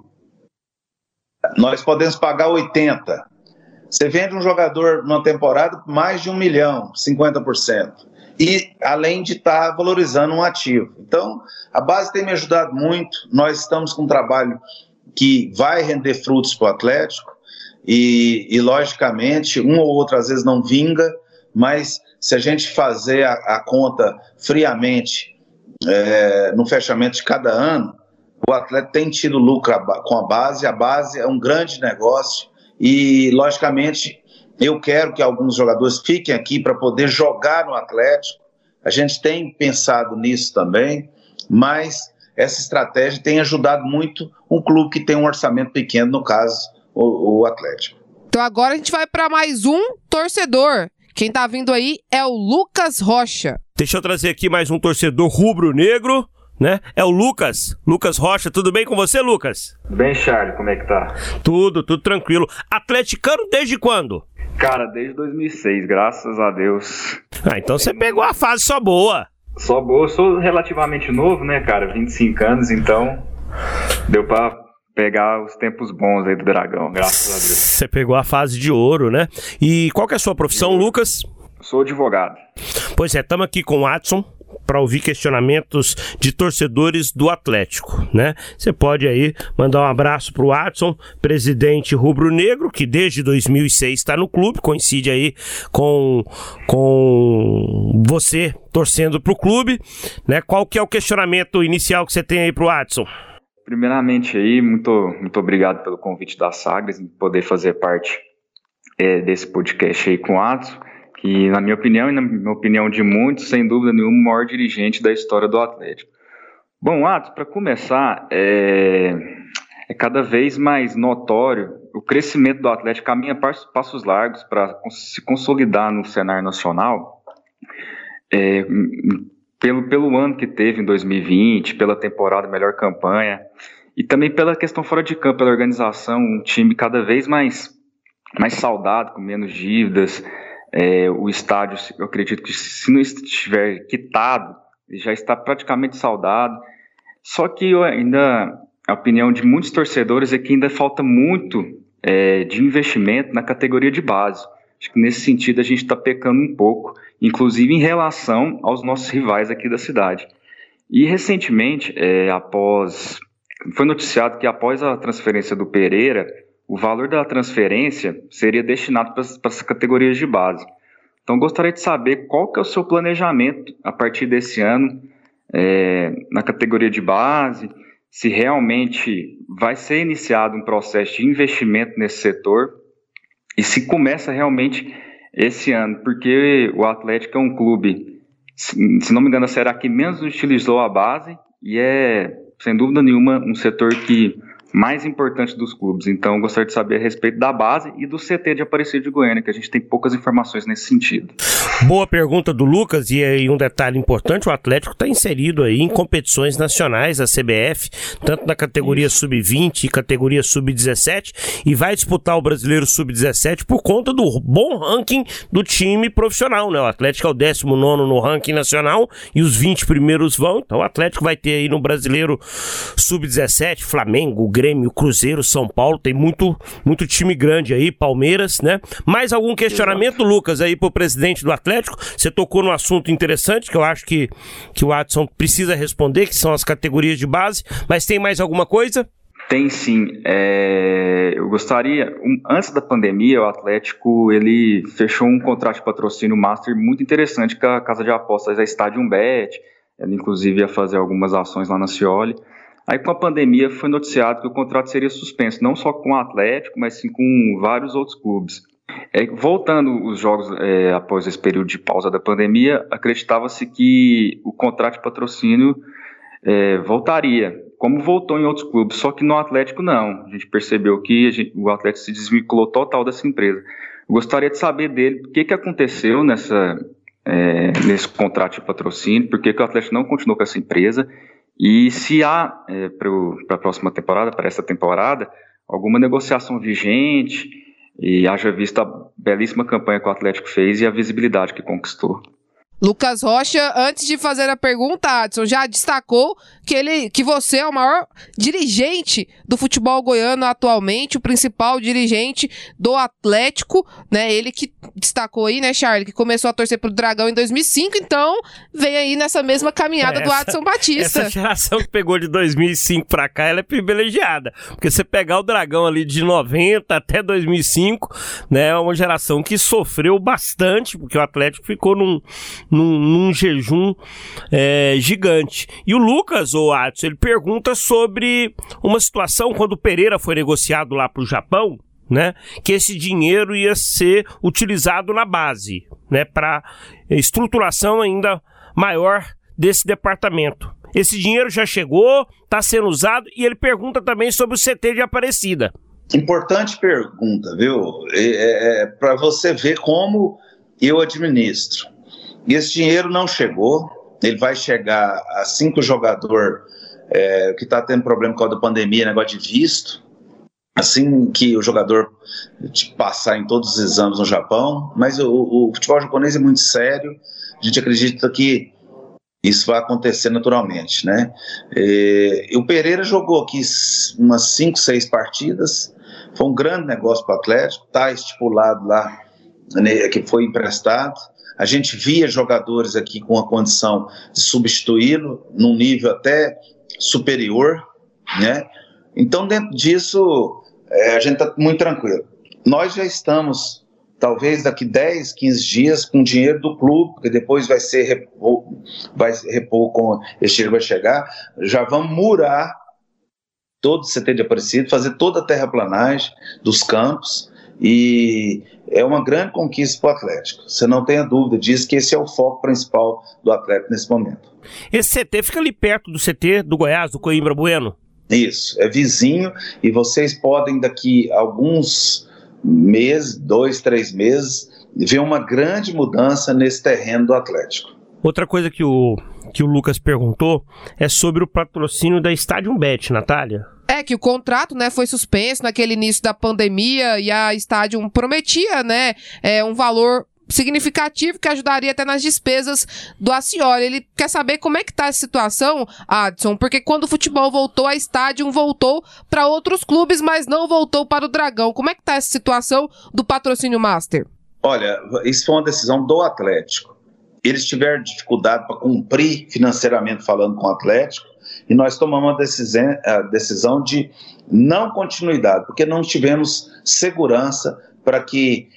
nós podemos pagar 80. Você vende um jogador numa temporada mais de 1 milhão, 50%. E além de estar valorizando um ativo. Então, a base tem me ajudado muito. Nós estamos com um trabalho que vai render frutos para o Atlético e logicamente, um ou outro às vezes não vinga, mas se a gente fazer a conta friamente no fechamento de cada ano, o Atlético tem tido lucro com a base é um grande negócio e, logicamente, eu quero que alguns jogadores fiquem aqui para poder jogar no Atlético. A gente tem pensado nisso também, mas essa estratégia tem ajudado muito um clube que tem um orçamento pequeno, no caso, o Atlético. Então agora a gente vai para mais um torcedor. Quem tá vindo aí é o Lucas Rocha. Deixa eu trazer aqui mais um torcedor rubro-negro, né? É o Lucas Rocha. Tudo bem com você, Lucas? Bem, Charlie, como é que tá? Tudo tranquilo. Atleticano desde quando? Cara, desde 2006, graças a Deus. Então você pegou a fase só boa. Só boa, eu sou relativamente novo, né, cara? 25 anos, então deu pra pegar os tempos bons aí do Dragão, graças a Deus. Você pegou a fase de ouro, né? E qual que é a sua profissão, Lucas? Sou advogado. Pois é, estamos aqui com o Adson para ouvir questionamentos de torcedores do Atlético, né? Você pode aí mandar um abraço pro Adson, presidente rubro-negro, que desde 2006 está no clube, coincide aí com você torcendo pro clube, né? Qual que é o questionamento inicial que você tem aí pro Adson? Primeiramente aí, muito obrigado pelo convite da Sagres, em poder fazer parte desse podcast aí com o Adson. que na minha opinião e na opinião de muitos, sem dúvida nenhuma, o maior dirigente da história do Atlético. Bom, Atos, para começar, é cada vez mais notório o crescimento do Atlético, caminha passos largos para se consolidar no cenário nacional, pelo ano que teve em 2020, pela temporada melhor campanha, e também pela questão fora de campo, pela organização, um time cada vez mais saudável, com menos dívidas. O estádio, eu acredito que se não estiver quitado, já está praticamente saudado. Só que a opinião de muitos torcedores é que ainda falta muito de investimento na categoria de base. Acho que nesse sentido a gente está pecando um pouco, inclusive em relação aos nossos rivais aqui da cidade. E recentemente, foi noticiado que após a transferência do Pereira, o valor da transferência seria destinado para as categorias de base. Então, gostaria de saber qual que é o seu planejamento a partir desse ano na categoria de base, se realmente vai ser iniciado um processo de investimento nesse setor e se começa realmente esse ano, porque o Atlético é um clube, se não me engano, será que menos utilizou a base e sem dúvida nenhuma, um setor mais importante dos clubes. Então, gostaria de saber a respeito da base e do CT de Aparecida de Goiânia, que a gente tem poucas informações nesse sentido. Boa pergunta do Lucas, e aí um detalhe importante, o Atlético está inserido aí em competições nacionais da CBF, tanto na categoria Sub-20 e categoria Sub-17, e vai disputar o Brasileiro Sub-17 por conta do bom ranking do time profissional, né? O Atlético é o 19º no ranking nacional e os 20 primeiros vão, então o Atlético vai ter aí no Brasileiro Sub-17, Flamengo, Grêmio, Cruzeiro, São Paulo, tem muito time grande aí, Palmeiras, né? Mais algum questionamento, Lucas, aí pro presidente do Atlético? Você tocou num assunto interessante que eu acho que o Adson precisa responder, que são as categorias de base, mas tem mais alguma coisa? Tem sim. Eu gostaria, antes da pandemia, o Atlético ele fechou um contrato de patrocínio master muito interessante com a casa de apostas, a Stadium Bet, ela inclusive ia fazer algumas ações lá na Scioli. Aí, com a pandemia, foi noticiado que o contrato seria suspenso, não só com o Atlético, mas sim com vários outros clubes. Voltando os jogos após esse período de pausa da pandemia, acreditava-se que o contrato de patrocínio voltaria, como voltou em outros clubes, só que no Atlético não. A gente percebeu que o Atlético se desvinculou total dessa empresa. Eu gostaria de saber dele o que aconteceu nesse contrato de patrocínio, por que o Atlético não continuou com essa empresa. E se há, para a próxima temporada, para essa temporada, alguma negociação vigente, e haja visto a belíssima campanha que o Atlético fez e a visibilidade que conquistou. Lucas Rocha, antes de fazer a pergunta, Adson, já destacou que você é o maior dirigente do futebol goiano atualmente, o principal dirigente do Atlético, né? Ele que destacou aí, né, Charlie, que começou a torcer pro Dragão em 2005, então vem aí nessa mesma caminhada do Adson Batista. Essa geração que pegou de 2005 pra cá, ela é privilegiada, porque você pegar o Dragão ali de 90 até 2005, né, é uma geração que sofreu bastante, porque o Atlético ficou num jejum gigante. E o Lucas, o Adson, ele pergunta sobre uma situação quando o Pereira foi negociado lá pro Japão, né, que esse dinheiro ia ser utilizado na base, né, para estruturação ainda maior desse departamento. Esse dinheiro já chegou, está sendo usado, e ele pergunta também sobre o CT de Aparecida. Importante pergunta, viu? Para você ver como eu administro. E esse dinheiro não chegou, ele vai chegar assim que o jogador que está tendo problema com a pandemia, negócio de visto, assim que o jogador passar em todos os exames no Japão. Mas o futebol japonês é muito sério, a gente acredita que isso vai acontecer naturalmente, né? O Pereira jogou aqui umas 5, 6 partidas, foi um grande negócio para o Atlético, está estipulado lá, né, que foi emprestado. A gente via jogadores aqui com a condição de substituí-lo num nível até superior, né? Então, dentro disso, a gente está muito tranquilo. Nós já estamos, talvez daqui 10, 15 dias, com dinheiro do clube, porque depois vai repor com esse dinheiro vai chegar, já vamos murar todo o CT de Aparecida, fazer toda a terraplanagem dos campos, e é uma grande conquista para o Atlético. Você não tenha dúvida disso, que esse é o foco principal do Atlético nesse momento. Esse CT fica ali perto do CT do Goiás, do Coimbra Bueno? Isso, é vizinho, e vocês podem daqui a alguns meses, 2, 3 meses, ver uma grande mudança nesse terreno do Atlético. Outra coisa que o Lucas perguntou é sobre o patrocínio da Stadium Bet, Natália. É que o contrato, né, foi suspenso naquele início da pandemia e a Stadium prometia, né, um valor significativo que ajudaria até nas despesas do Ascioli. Ele quer saber como é que tá a situação, Adson, porque quando o futebol voltou, a Stadium voltou para outros clubes, mas não voltou para o Dragão. Como é que tá essa situação do patrocínio Master? Olha, isso foi uma decisão do Atlético. Eles tiveram dificuldade para cumprir financeiramente falando com o Atlético, e nós tomamos a decisão de não continuidade, porque não tivemos segurança para que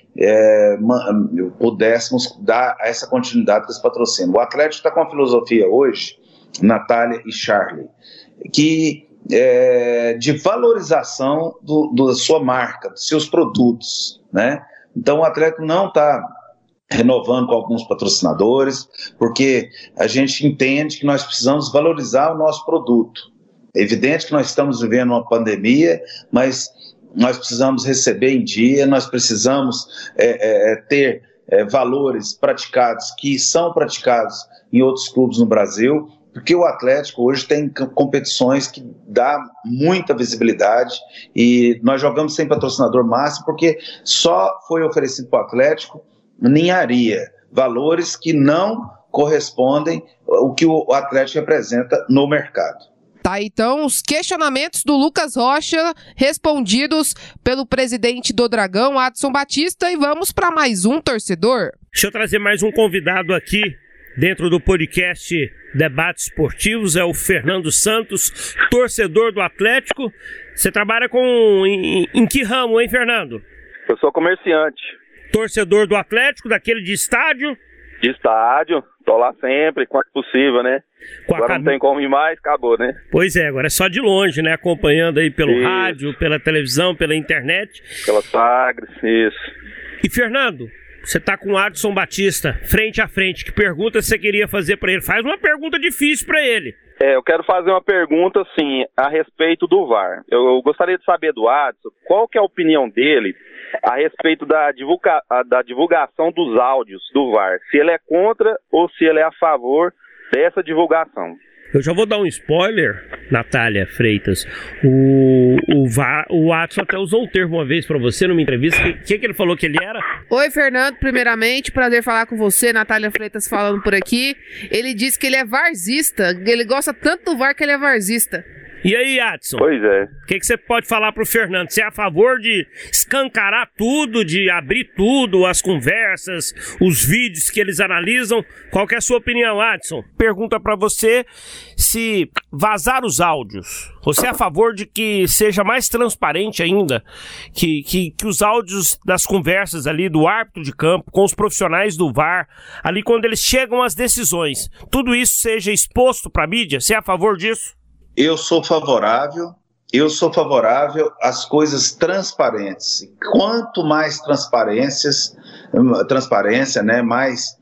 pudéssemos dar essa continuidade com esse patrocínio. O Atlético está com a filosofia hoje, Natália e Charlie, que de valorização da sua marca, dos seus produtos, né? Então o Atlético não está renovando com alguns patrocinadores, porque a gente entende que nós precisamos valorizar o nosso produto. É evidente que nós estamos vivendo uma pandemia, mas nós precisamos receber em dia, nós precisamos ter valores praticados, que são praticados em outros clubes no Brasil, porque o Atlético hoje tem competições que dá muita visibilidade, e nós jogamos sem patrocinador máximo, porque só foi oferecido para o Atlético ninharia, valores que não correspondem ao que o Atlético representa no mercado. Tá, então os questionamentos do Lucas Rocha respondidos pelo presidente do Dragão, Adson Batista, e vamos para mais um torcedor. Deixa eu trazer mais um convidado aqui dentro do podcast Debates Esportivos, é o Fernando Santos, torcedor do Atlético. Você trabalha em que ramo, hein, Fernando? Eu sou comerciante. Torcedor do Atlético, daquele de estádio? De estádio, tô lá sempre, quanto possível, né? Agora não tem como ir mais, acabou, né? Pois é, agora é só de longe, né? Acompanhando aí pelo rádio, pela televisão, pela internet. Pela Sagres, isso. E Fernando, você tá com o Adson Batista, frente a frente, que pergunta você queria fazer pra ele? Faz uma pergunta difícil pra ele. Eu quero fazer uma pergunta, assim, a respeito do VAR. Eu gostaria de saber do Adson, qual que é a opinião dele a respeito da divulgação dos áudios do VAR, se ele é contra ou se ele é a favor dessa divulgação. Eu já vou dar um spoiler, Natália Freitas. O Adson até usou o termo uma vez pra você numa entrevista. O que ele falou que ele era? Oi, Fernando, primeiramente, prazer falar com você, Natália Freitas falando por aqui. Ele disse que ele é varzista, ele gosta tanto do VAR que ele é varzista. E aí, Adson? Pois é. O que você pode falar pro Fernando? Você é a favor de escancarar tudo, de abrir tudo, as conversas, os vídeos que eles analisam? Qual que é a sua opinião, Adson? Pergunta pra você se vazar os áudios. Você é a favor de que seja mais transparente ainda, que os áudios das conversas ali do árbitro de campo com os profissionais do VAR, ali quando eles chegam às decisões, tudo isso seja exposto pra mídia? Você é a favor disso? Eu sou favorável às coisas transparentes. Quanto mais transparência, né, mais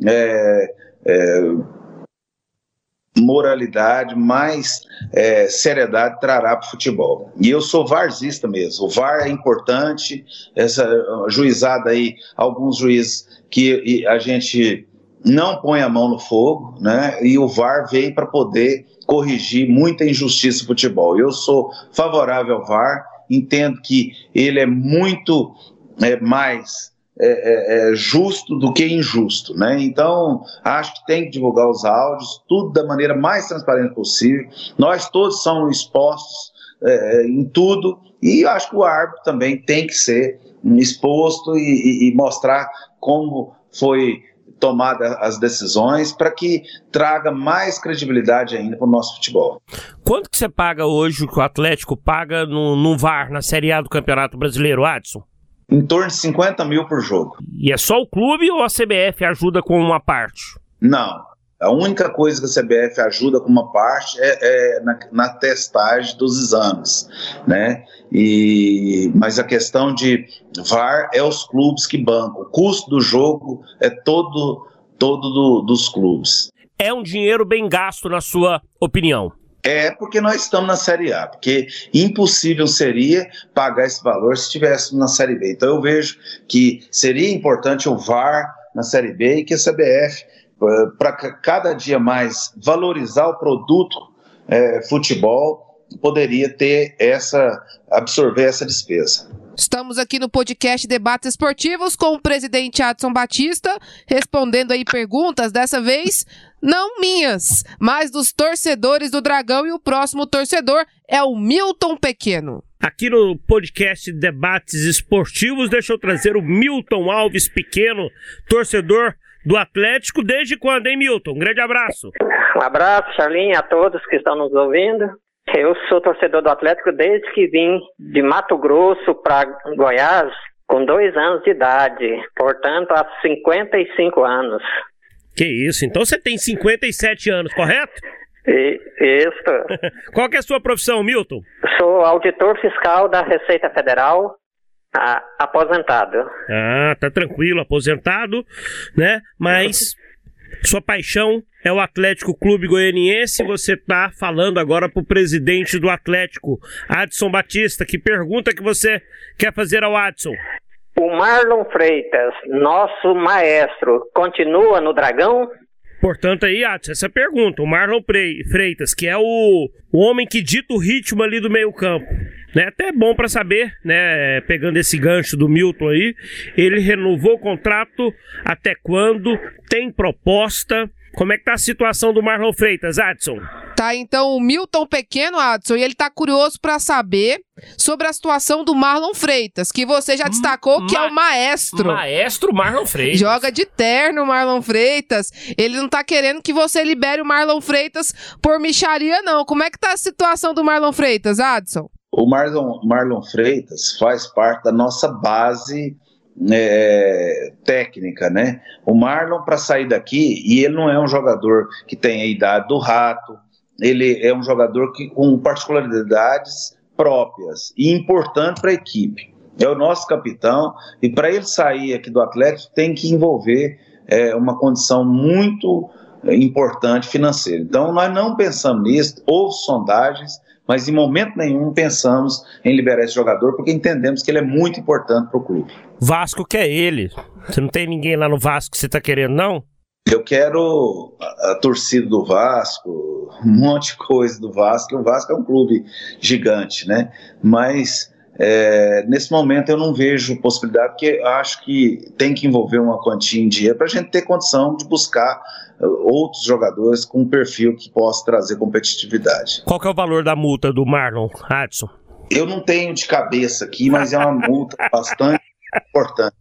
moralidade, mais seriedade trará para o futebol. E eu sou varzista mesmo. O VAR é importante, essa juizada aí, alguns juízes que a gente não põe a mão no fogo, né? E o VAR veio para poder corrigir muita injustiça no futebol. Eu sou favorável ao VAR, entendo que ele é muito mais justo do que injusto, né? Então, acho que tem que divulgar os áudios, tudo da maneira mais transparente possível. Nós todos somos expostos em tudo, e eu acho que o árbitro também tem que ser exposto e mostrar como foi tomada as decisões, para que traga mais credibilidade ainda para o nosso futebol. Quanto que você paga hoje, que o Atlético paga no VAR, na Série A do Campeonato Brasileiro, Adson? Em torno de 50 mil por jogo. E é só o clube ou a CBF ajuda com uma parte? Não, A única coisa que a CBF ajuda com uma parte é na testagem dos exames, né? Mas a questão de VAR é os clubes que bancam. O custo do jogo é todo dos clubes. É um dinheiro bem gasto, na sua opinião? É porque nós estamos na Série A, porque impossível seria pagar esse valor se estivéssemos na Série B. Então eu vejo que seria importante o VAR na Série B e que a CBF, para cada dia mais valorizar o produto futebol, poderia absorver essa despesa. Estamos aqui no podcast Debates Esportivos com o presidente Adson Batista, respondendo aí perguntas, dessa vez não minhas, mas dos torcedores do Dragão, e o próximo torcedor é o Milton Pequeno. Aqui no podcast Debates Esportivos, deixa eu trazer o Milton Alves Pequeno, torcedor do Atlético. Desde quando, hein, Milton? Um grande abraço. Um abraço, Charlinho, a todos que estão nos ouvindo. Eu sou torcedor do Atlético desde que vim de Mato Grosso para Goiás com 2 anos de idade, portanto há 55 anos. Que isso, então você tem 57 anos, correto? Isso. Qual que é a sua profissão, Milton? Sou auditor fiscal da Receita Federal, aposentado. Ah, tá tranquilo, aposentado, né? Mas sua paixão é o Atlético Clube Goianiense. Você tá falando agora pro presidente do Atlético, Adson Batista. Que pergunta que você quer fazer ao Adson? O Marlon Freitas, nosso maestro, continua no Dragão? Portanto aí, Adson, essa pergunta. O Marlon Freitas, que é o homem que dita o ritmo ali do meio campo, né? Até é bom para saber, né? Pegando esse gancho do Milton aí, ele renovou o contrato até quando? Tem proposta? Como é que tá a situação do Marlon Freitas, Adson? Tá, então o Milton Pequeno, Adson, e ele tá curioso para saber sobre a situação do Marlon Freitas, que você já destacou que é o maestro. Maestro Marlon Freitas. Joga de terno o Marlon Freitas. Ele não tá querendo que você libere o Marlon Freitas por mixaria, não. Como é que tá a situação do Marlon Freitas, Adson? O Marlon Freitas faz parte da nossa base técnica, né? O Marlon, para sair daqui, e ele não é um jogador que tem a idade do Rato, ele é um jogador com particularidades próprias e importante para a equipe. É o nosso capitão, e para ele sair aqui do Atlético tem que envolver uma condição muito importante financeira. Então nós não pensamos nisso, houve sondagens, mas em momento nenhum pensamos em liberar esse jogador, porque entendemos que ele é muito importante para o clube. Vasco quer ele. Você não tem ninguém lá no Vasco que você está querendo, não? Eu quero a torcida do Vasco, um monte de coisa do Vasco. O Vasco é um clube gigante, né? Mas nesse momento eu não vejo possibilidade, porque acho que tem que envolver uma quantia em dinheiro para a gente ter condição de buscar outros jogadores com um perfil que possa trazer competitividade. Qual que é o valor da multa do Marlon, Adson? Eu não tenho de cabeça aqui, mas é uma multa bastante importante.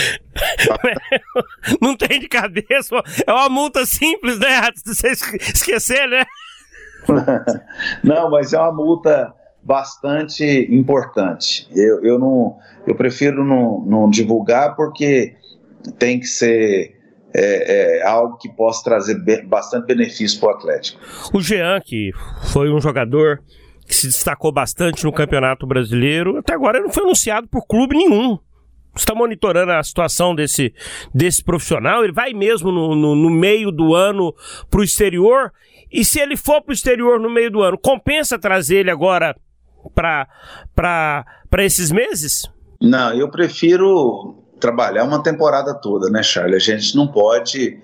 Não tem de cabeça, é uma multa simples, né, Adson? Você esquecer, né? Não, mas é uma multa bastante importante. Eu prefiro não divulgar, porque tem que ser algo que possa trazer bastante benefício para o Atlético. O Jean, que foi um jogador que se destacou bastante no Campeonato Brasileiro, até agora não foi anunciado por clube nenhum. Você está monitorando a situação desse profissional? Ele vai mesmo no meio do ano para o exterior? E se ele for para o exterior no meio do ano, compensa trazer ele agora para esses meses? Não, eu prefiro trabalhar uma temporada toda, né, Charlie? A gente não pode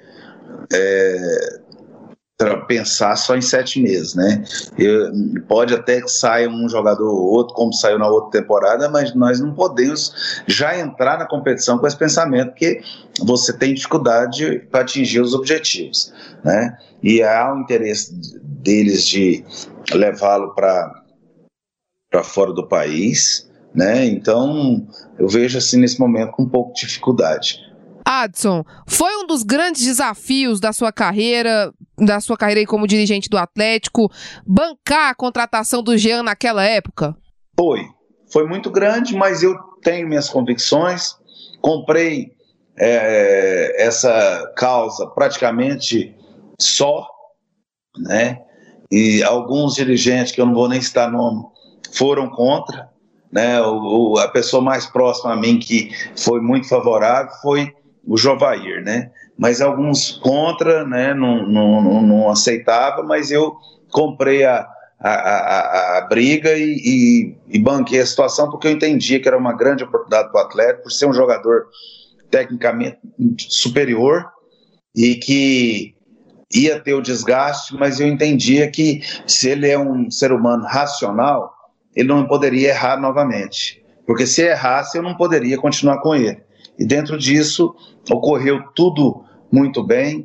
pensar só em 7 meses, né? Pode até que saia um jogador ou outro, como saiu na outra temporada, mas nós não podemos já entrar na competição com esse pensamento, porque você tem dificuldade para atingir os objetivos, né? E há o interesse deles de levá-lo para fora do país, né? Então eu vejo assim nesse momento com um pouco de dificuldade. Adson, foi um dos grandes desafios da sua carreira aí como dirigente do Atlético, bancar a contratação do Jean naquela época? Foi muito grande, mas eu tenho minhas convicções, comprei essa causa praticamente só, né? E alguns dirigentes, que eu não vou nem citar nome, foram contra, né? A pessoa mais próxima a mim que foi muito favorável foi o Jovair, né? Mas alguns contra, né? Não aceitava, mas eu comprei a briga e banquei a situação, porque eu entendia que era uma grande oportunidade para o Atlético, por ser um jogador tecnicamente superior e que ia ter o desgaste, mas eu entendia que se ele é um ser humano racional, ele não poderia errar novamente, porque se errasse eu não poderia continuar com ele. E dentro disso ocorreu tudo muito bem,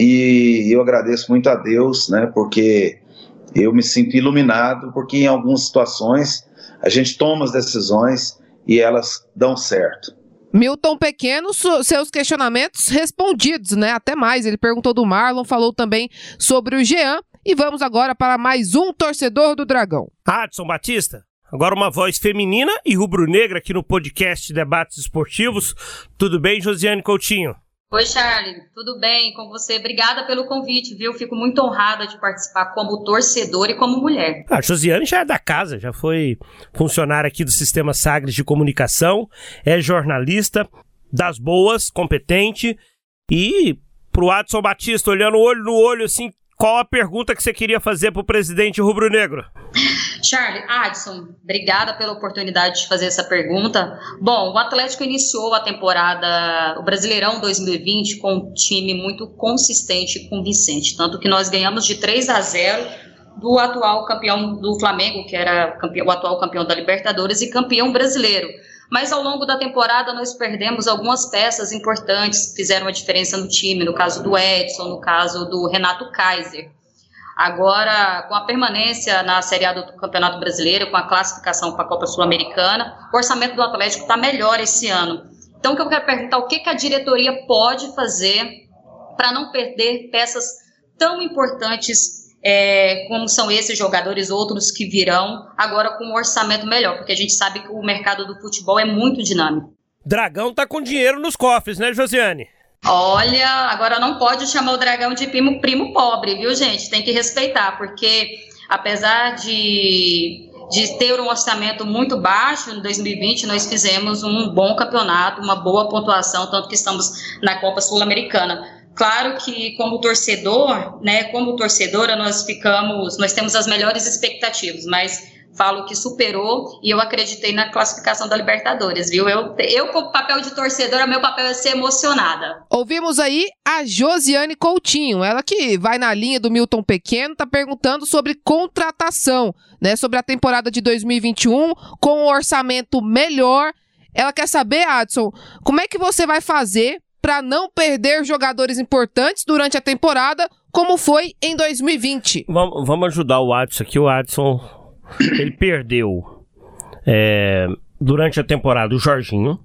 e eu agradeço muito a Deus, né, porque eu me sinto iluminado, porque em algumas situações a gente toma as decisões e elas dão certo. Milton Pequeno, seus questionamentos respondidos, né? Até mais, ele perguntou do Marlon, falou também sobre o Jean, e vamos agora para mais um torcedor do Dragão. Adson Batista, agora uma voz feminina e rubro-negra aqui no podcast Debates Esportivos. Tudo bem, Josiane Coutinho? Oi, Charlie, tudo bem com você? Obrigada pelo convite, viu? Fico muito honrada de participar como torcedor e como mulher. A Josiane já é da casa, já foi funcionária aqui do Sistema Sagres de Comunicação, é jornalista das boas, competente. E pro Adson Batista, olhando olho no olho, assim, qual a pergunta que você queria fazer pro presidente rubro-negro? Charlie, Adson, obrigada pela oportunidade de fazer essa pergunta. Bom, o Atlético iniciou a temporada, o Brasileirão 2020, com um time muito consistente e convincente, tanto que nós ganhamos de 3-0 do atual campeão do Flamengo, que era o atual campeão da Libertadores e campeão brasileiro. Mas ao longo da temporada nós perdemos algumas peças importantes que fizeram a diferença no time, no caso do Edson, no caso do Renato Kaiser. Agora, com a permanência na Série A do Campeonato Brasileiro, com a classificação para a Copa Sul-Americana, o orçamento do Atlético está melhor esse ano. Então, o que eu quero perguntar, o que a diretoria pode fazer para não perder peças tão importantes como são esses jogadores, outros que virão, agora com um orçamento melhor, porque a gente sabe que o mercado do futebol é muito dinâmico. Dragão tá com dinheiro nos cofres, né, Josiane? Olha, agora não pode chamar o Dragão de primo pobre, viu, gente? Tem que respeitar, porque apesar de ter um orçamento muito baixo, em 2020 nós fizemos um bom campeonato, uma boa pontuação, tanto que estamos na Copa Sul-Americana. Claro que como torcedor, né, como torcedora nós temos as melhores expectativas, mas falo que superou e eu acreditei na classificação da Libertadores, viu? Eu com o papel de torcedora, meu papel é ser emocionada. Ouvimos aí a Josiane Coutinho, ela que vai na linha do Milton Pequeno, tá perguntando sobre contratação, né? Sobre a temporada de 2021, com um orçamento melhor. Ela quer saber, Adson, como é que você vai fazer para não perder jogadores importantes durante a temporada, como foi em 2020? Vamos ajudar o Adson aqui, o Adson... Ele perdeu durante a temporada o Jorginho,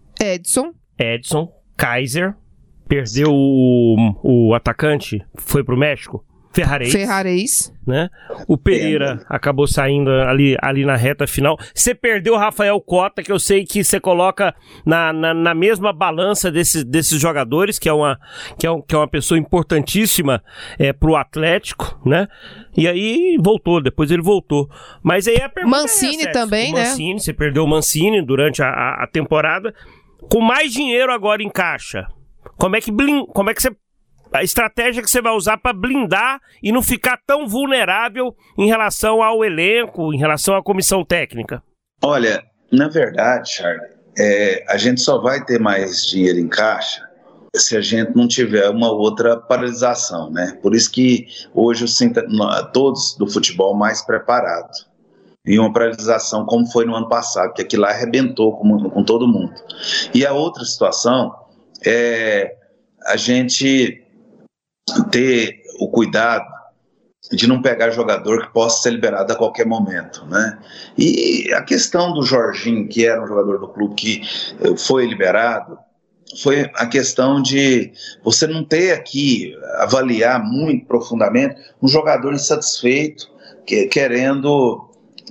Edson, Kaiser, perdeu o atacante, foi pro México, Ferrarez, né? O Pereira acabou saindo ali na reta final. Você perdeu o Rafael Cota, que eu sei que você coloca na mesma balança desses jogadores, que é uma pessoa importantíssima pro Atlético, né? E aí depois ele voltou. Mas aí a pergunta Mancini também, né? Mancini, você perdeu o Mancini durante a temporada. Com mais dinheiro agora em caixa, como é que você... A estratégia que você vai usar para blindar e não ficar tão vulnerável em relação ao elenco, em relação à comissão técnica? Olha, na verdade, Charlie, a gente só vai ter mais dinheiro em caixa se a gente não tiver uma outra paralisação, né? Por isso que hoje eu sinto todos do futebol mais preparados. E uma paralisação como foi no ano passado, que aquilo lá arrebentou com todo mundo. E a outra situação é a gente ter o cuidado de não pegar jogador que possa ser liberado a qualquer momento, né? E a questão do Jorginho, que era um jogador do clube que foi liberado, foi a questão de você não ter aqui, avaliar muito profundamente um jogador insatisfeito, querendo,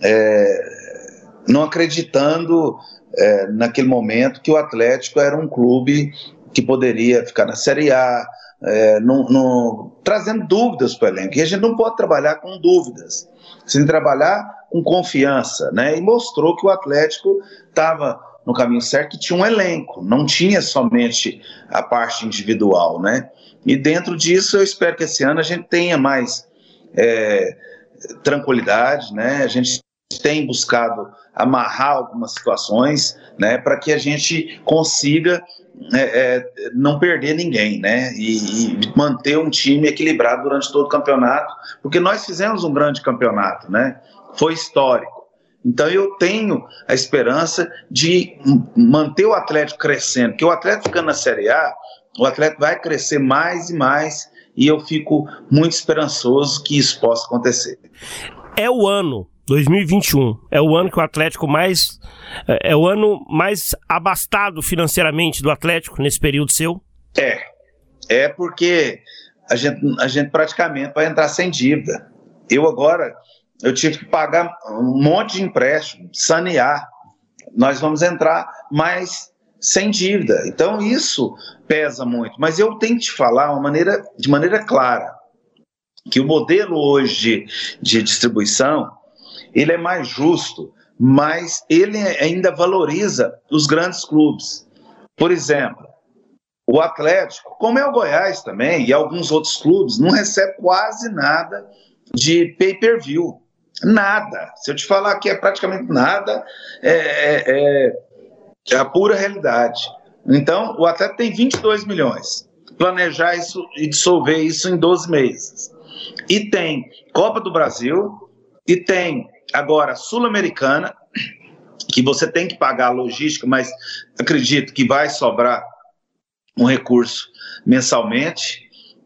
não acreditando naquele momento que o Atlético era um clube que poderia ficar na Série A, trazendo dúvidas para o elenco. E a gente não pode trabalhar com dúvidas, sem trabalhar com confiança, né? E mostrou que o Atlético estava no caminho certo, que tinha um elenco, não tinha somente a parte individual, né? E dentro disso eu espero que esse ano a gente tenha mais tranquilidade, né? A gente tem buscado amarrar algumas situações, né, para que a gente consiga não perder ninguém, né, e manter um time equilibrado durante todo o campeonato, porque nós fizemos um grande campeonato, né, foi histórico. Então eu tenho a esperança de manter o Atlético crescendo, porque o Atlético ficando na Série A, o Atlético vai crescer mais e mais, e eu fico muito esperançoso que isso possa acontecer. É o ano 2021, é o ano que o Atlético é o ano mais abastado financeiramente do Atlético nesse período seu? É porque a gente praticamente vai entrar sem dívida. Eu tive que pagar um monte de empréstimo, sanear. Nós vamos entrar mais sem dívida. Então isso pesa muito. Mas eu tenho que te falar de maneira clara que o modelo hoje de distribuição, ele é mais justo, mas ele ainda valoriza os grandes clubes. Por exemplo, o Atlético, como é o Goiás também, e alguns outros clubes, não recebe quase nada de pay-per-view. Nada. Se eu te falar que é praticamente nada, é a pura realidade. Então, o Atlético tem 22 milhões. Planejar isso e dissolver isso em 12 meses. E tem Copa do Brasil, e tem agora Sul-Americana, que você tem que pagar a logística, mas acredito que vai sobrar um recurso mensalmente.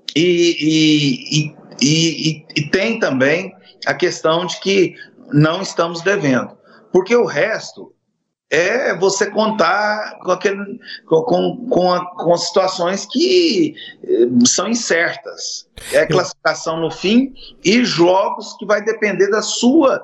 E tem também a questão de que não estamos devendo. Porque o resto é você contar com situações que são incertas. É a classificação no fim e jogos que vai depender da sua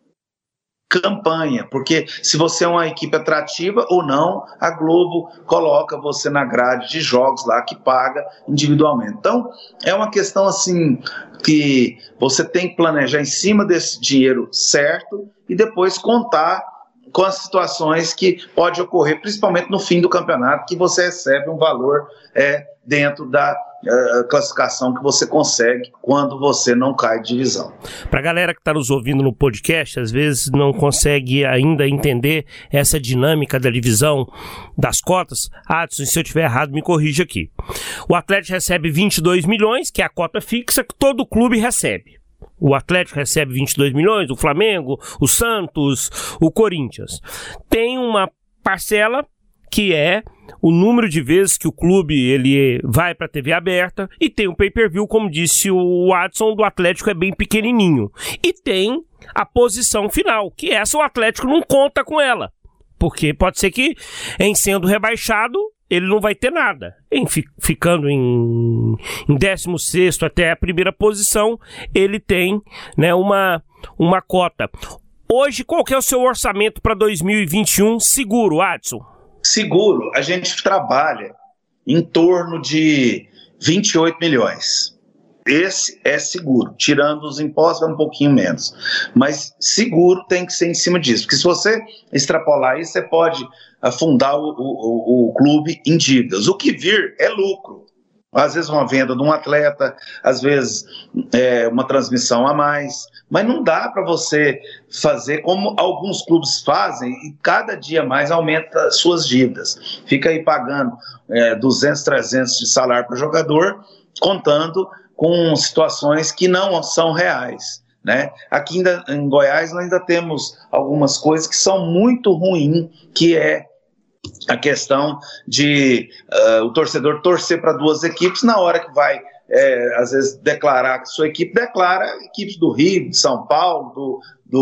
campanha, porque se você é uma equipe atrativa ou não, a Globo coloca você na grade de jogos lá que paga individualmente. Então, é uma questão assim que você tem que planejar em cima desse dinheiro certo e depois contar com as situações que pode ocorrer, principalmente no fim do campeonato, que você recebe um valor dentro da classificação que você consegue quando você não cai de divisão. Para a galera que está nos ouvindo no podcast, às vezes não consegue ainda entender essa dinâmica da divisão das cotas. Adson, se eu estiver errado, me corrija aqui. O Atlético recebe 22 milhões, que é a cota fixa que todo clube recebe. O Atlético recebe 22 milhões, o Flamengo, o Santos, o Corinthians. Tem uma parcela que é o número de vezes que o clube ele vai para a TV aberta, e tem o pay-per-view, como disse o Adson, do Atlético é bem pequenininho. E tem a posição final, que essa o Atlético não conta com ela, porque pode ser que, em sendo rebaixado, ele não vai ter nada. Ficando em 16º até a primeira posição, ele tem, né, uma cota. Hoje, qual que é o seu orçamento para 2021 seguro, Adson? Seguro, a gente trabalha em torno de 28 milhões. Esse é seguro, tirando os impostos é um pouquinho menos. Mas seguro tem que ser em cima disso, porque se você extrapolar isso, você pode afundar o clube em dívidas. O que vir é lucro. Às vezes uma venda de um atleta, às vezes uma transmissão a mais, mas não dá para você fazer como alguns clubes fazem e cada dia mais aumenta suas dívidas. Fica aí pagando 200, 300 de salário para o jogador, contando com situações que não são reais, né? Aqui em Goiás nós ainda temos algumas coisas que são muito ruins, que é a questão de o torcedor torcer para duas equipes na hora que vai, às vezes, declarar que sua equipe declara equipes do Rio, de São Paulo,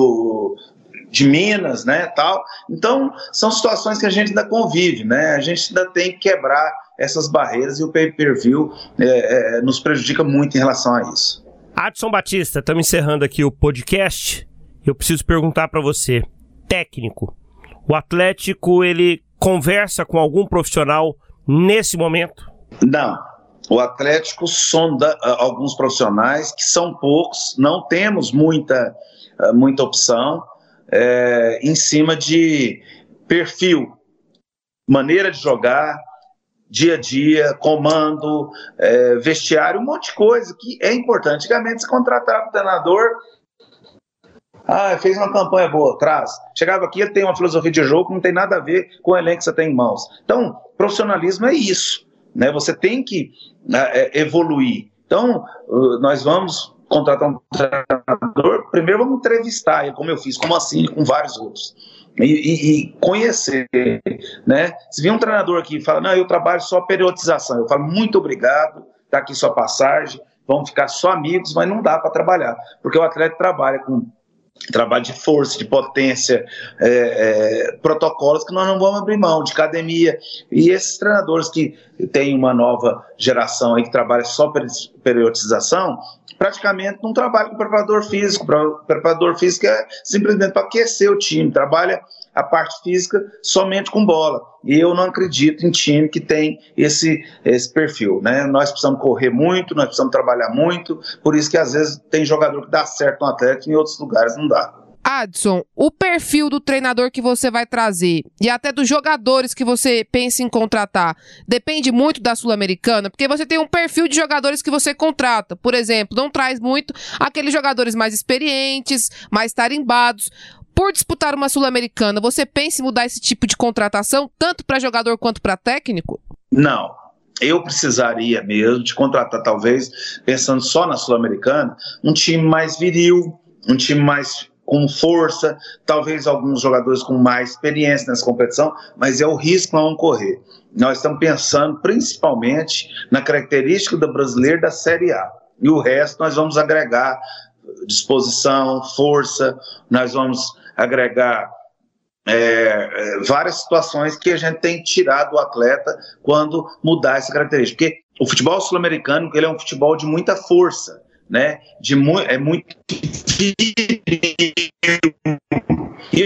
de Minas, né, tal. Então, são situações que a gente ainda convive, né? A gente ainda tem que quebrar essas barreiras e o pay-per-view nos prejudica muito em relação a isso. Adson Batista, estamos encerrando aqui o podcast. Eu preciso perguntar para você, técnico, o Atlético, ele conversa com algum profissional nesse momento? Não, o Atlético sonda alguns profissionais, que são poucos, não temos muita opção, em cima de perfil, maneira de jogar, dia a dia, comando, vestiário, um monte de coisa que é importante. Antigamente se contratava o treinador, fez uma campanha boa, traz. Chegava aqui, ele tem uma filosofia de jogo que não tem nada a ver com o elenco que você tem em mãos. Então, profissionalismo é isso, né? Você tem que evoluir. Então, nós vamos contratar um treinador, primeiro vamos entrevistar ele, como eu fiz, como assim, com vários outros. E conhecer, né? Se vir um treinador aqui e fala, não, eu trabalho só periodização, eu falo, muito obrigado, tá aqui sua passagem, vamos ficar só amigos, mas não dá para trabalhar, porque o atleta trabalha com trabalho de força, de potência, protocolos que nós não vamos abrir mão, de academia, e esses treinadores que tem uma nova geração aí que trabalha só periodização, praticamente não trabalha com preparador físico. O preparador físico é simplesmente para aquecer o time, trabalha a parte física somente com bola. E eu não acredito em time que tem esse perfil, né? Nós precisamos correr muito, nós precisamos trabalhar muito, por isso que às vezes tem jogador que dá certo no Atlético e em outros lugares não dá. Adson, o perfil do treinador que você vai trazer e até dos jogadores que você pensa em contratar depende muito da Sul-Americana, porque você tem um perfil de jogadores que você contrata. Por exemplo, não traz muito aqueles jogadores mais experientes, mais tarimbados. Por disputar uma Sul-Americana, você pensa em mudar esse tipo de contratação, tanto para jogador quanto para técnico? Não. Eu precisaria mesmo de contratar, talvez, pensando só na Sul-Americana, um time mais viril, um time mais com força, talvez alguns jogadores com mais experiência nessa competição, mas é o risco que nós vamos correr. Nós estamos pensando principalmente na característica do brasileiro da Série A. E o resto nós vamos agregar disposição, força, nós vamos agregar várias situações que a gente tem que tirar do atleta quando mudar essa característica. Porque o futebol sul-americano, ele é um futebol de muita força, né? É muito difícil. E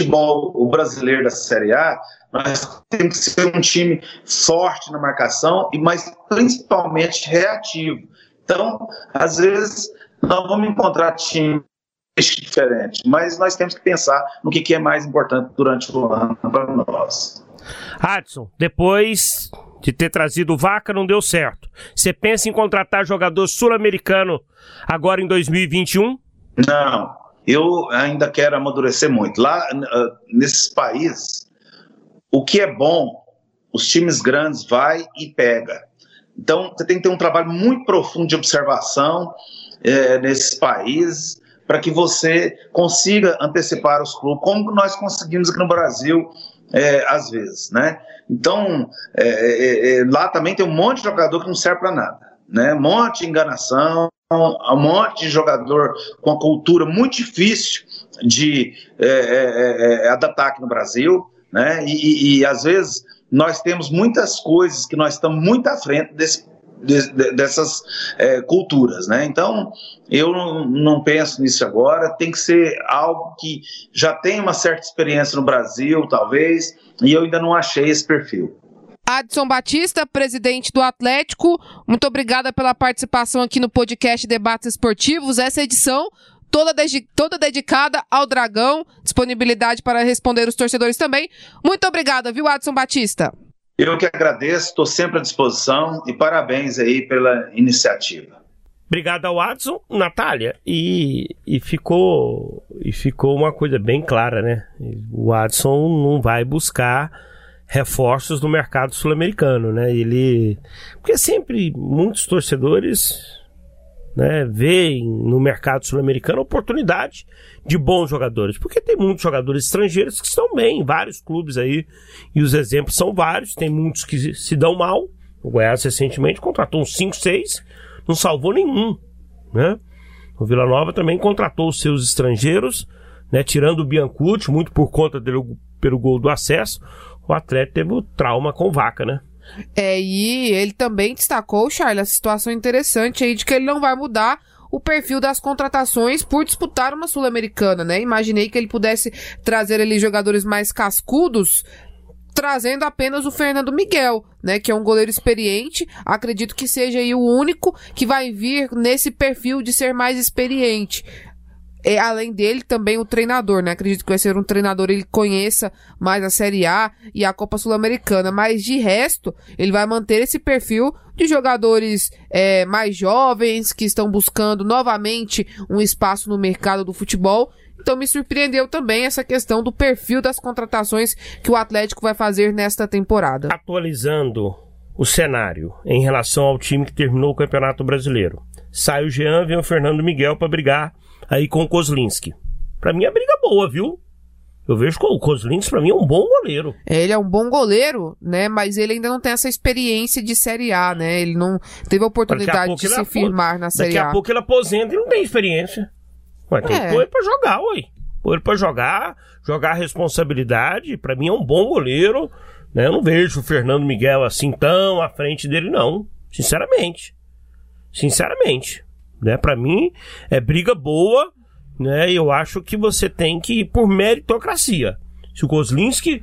o brasileiro da Série A, nós temos que ser um time forte na marcação, mas principalmente reativo. Então, às vezes, nós vamos encontrar times diferentes, mas nós temos que pensar no que é mais importante durante o ano para nós. Adson, depois de ter trazido o Vaca, não deu certo. Você pensa em contratar jogador sul-americano agora em 2021? Não, eu ainda quero amadurecer muito. Lá, nesses países, o que é bom, os times grandes vai e pega. Então, você tem que ter um trabalho muito profundo de observação nesses países, para que você consiga antecipar os clubes, como nós conseguimos aqui no Brasil, às vezes, né? Então, lá também tem um monte de jogador que não serve para nada, né? Um monte de enganação, um monte de jogador com uma cultura muito difícil de adaptar aqui no Brasil, né? E às vezes nós temos muitas coisas que nós estamos muito à frente dessas culturas, né? Então, eu não penso nisso agora, tem que ser algo que já tem uma certa experiência no Brasil, talvez, e eu ainda não achei esse perfil. Adson Batista, presidente do Atlético, muito obrigada pela participação aqui no podcast Debates Esportivos, essa edição toda dedicada ao Dragão, disponibilidade para responder os torcedores também. Muito obrigada, viu, Adson Batista? Eu que agradeço, estou sempre à disposição e parabéns aí pela iniciativa. Obrigado ao Adson, Natália, e ficou uma coisa bem clara, né? O Adson não vai buscar reforços no mercado sul-americano, né? Porque sempre muitos torcedores, né, veem no mercado sul-americano oportunidade de bons jogadores, porque tem muitos jogadores estrangeiros que estão bem em vários clubes aí, e os exemplos são vários, tem muitos que se dão mal. O Goiás recentemente contratou uns 5, 6, não salvou nenhum, né? O Vila Nova também contratou os seus estrangeiros, né, tirando o Biancucci, muito por conta pelo gol do acesso. O Atlético teve o trauma com o Vaca, né? E ele também destacou, Charles, a situação interessante aí de que ele não vai mudar o perfil das contratações por disputar uma Sul-Americana, né? Imaginei que ele pudesse trazer ali jogadores mais cascudos, trazendo apenas o Fernando Miguel, né, que é um goleiro experiente. Acredito que seja aí o único que vai vir nesse perfil de ser mais experiente. Além dele, também o treinador, né? Acredito que vai ser um treinador, ele conheça mais a Série A e a Copa Sul-Americana, mas de resto, ele vai manter esse perfil de jogadores mais jovens, que estão buscando novamente um espaço no mercado do futebol. Então me surpreendeu também essa questão do perfil das contratações que o Atlético vai fazer nesta temporada. Atualizando o cenário em relação ao time que terminou o Campeonato Brasileiro. Sai o Jean, vem o Fernando Miguel para brigar aí com o Kozlinski. Pra mim é briga boa, viu? Eu vejo que o Kozlinski pra mim é um bom goleiro. Ele é um bom goleiro, né? Mas ele ainda não tem essa experiência de Série A, né? Ele não teve a oportunidade de se firmar na Série A. Daqui a pouco ele aposenta e não tem experiência. Ué, tem que pôr ele pra jogar, ué. Pôr ele pra jogar a responsabilidade. Pra mim é um bom goleiro, né? Eu não vejo o Fernando Miguel assim tão à frente dele, não. Sinceramente, né? Pra mim é briga boa, né? Eu acho que você tem que ir por meritocracia. Se o Kozlinski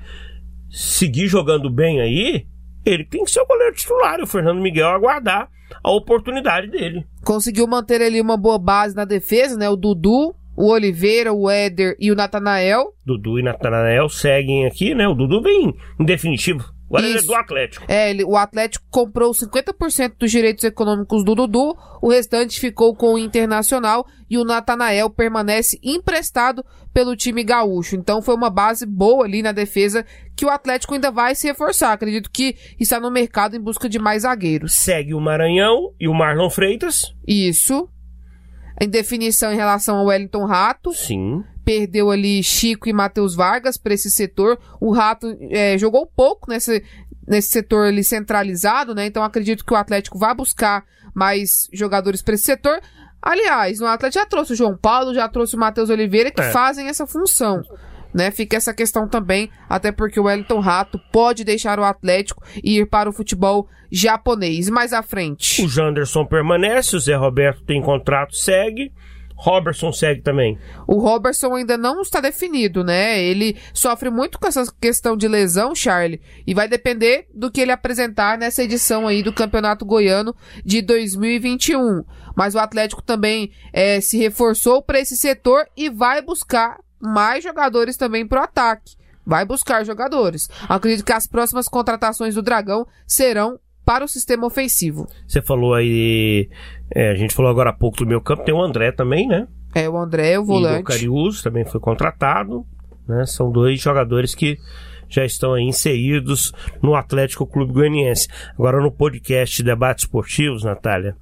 seguir jogando bem aí, ele tem que ser o goleiro titular e o Fernando Miguel aguardar a oportunidade dele. Conseguiu manter ali uma boa base na defesa, né? O Dudu, o Oliveira, o Éder e o Natanael. Dudu e Natanael seguem aqui, né? O Dudu vem em definitivo. Agora ele é do Atlético. O Atlético comprou 50% dos direitos econômicos do Dudu, o restante ficou com o Internacional e o Natanael permanece emprestado pelo time gaúcho. Então foi uma base boa ali na defesa que o Atlético ainda vai se reforçar. Acredito que está no mercado em busca de mais zagueiros. Segue o Maranhão e o Marlon Freitas. Isso. Em definição em relação ao Wellington Rato. Sim. Perdeu ali Chico e Matheus Vargas para esse setor. O Rato jogou pouco nesse setor ali centralizado, né? Então acredito que o Atlético vai buscar mais jogadores para esse setor. Aliás, o Atlético já trouxe o João Paulo, já trouxe o Matheus Oliveira, que fazem essa função, né? Fica essa questão também, até porque o Wellington Rato pode deixar o Atlético e ir para o futebol japonês. Mais à frente, o Janderson permanece, o Zé Roberto tem contrato, segue. Robertson segue também. O Robertson ainda não está definido, né? Ele sofre muito com essa questão de lesão, Charlie, e vai depender do que ele apresentar nessa edição aí do Campeonato Goiano de 2021. Mas o Atlético também se reforçou para esse setor e vai buscar mais jogadores também para o ataque. Vai buscar jogadores. Acredito que as próximas contratações do Dragão serão para o sistema ofensivo. Você falou aí, a gente falou agora há pouco do meio campo, tem o André também, né? O André, o volante. E o Cariús também foi contratado, né? São dois jogadores que já estão aí inseridos no Atlético Clube Goianiense. Agora no podcast Debates Esportivos, Natália,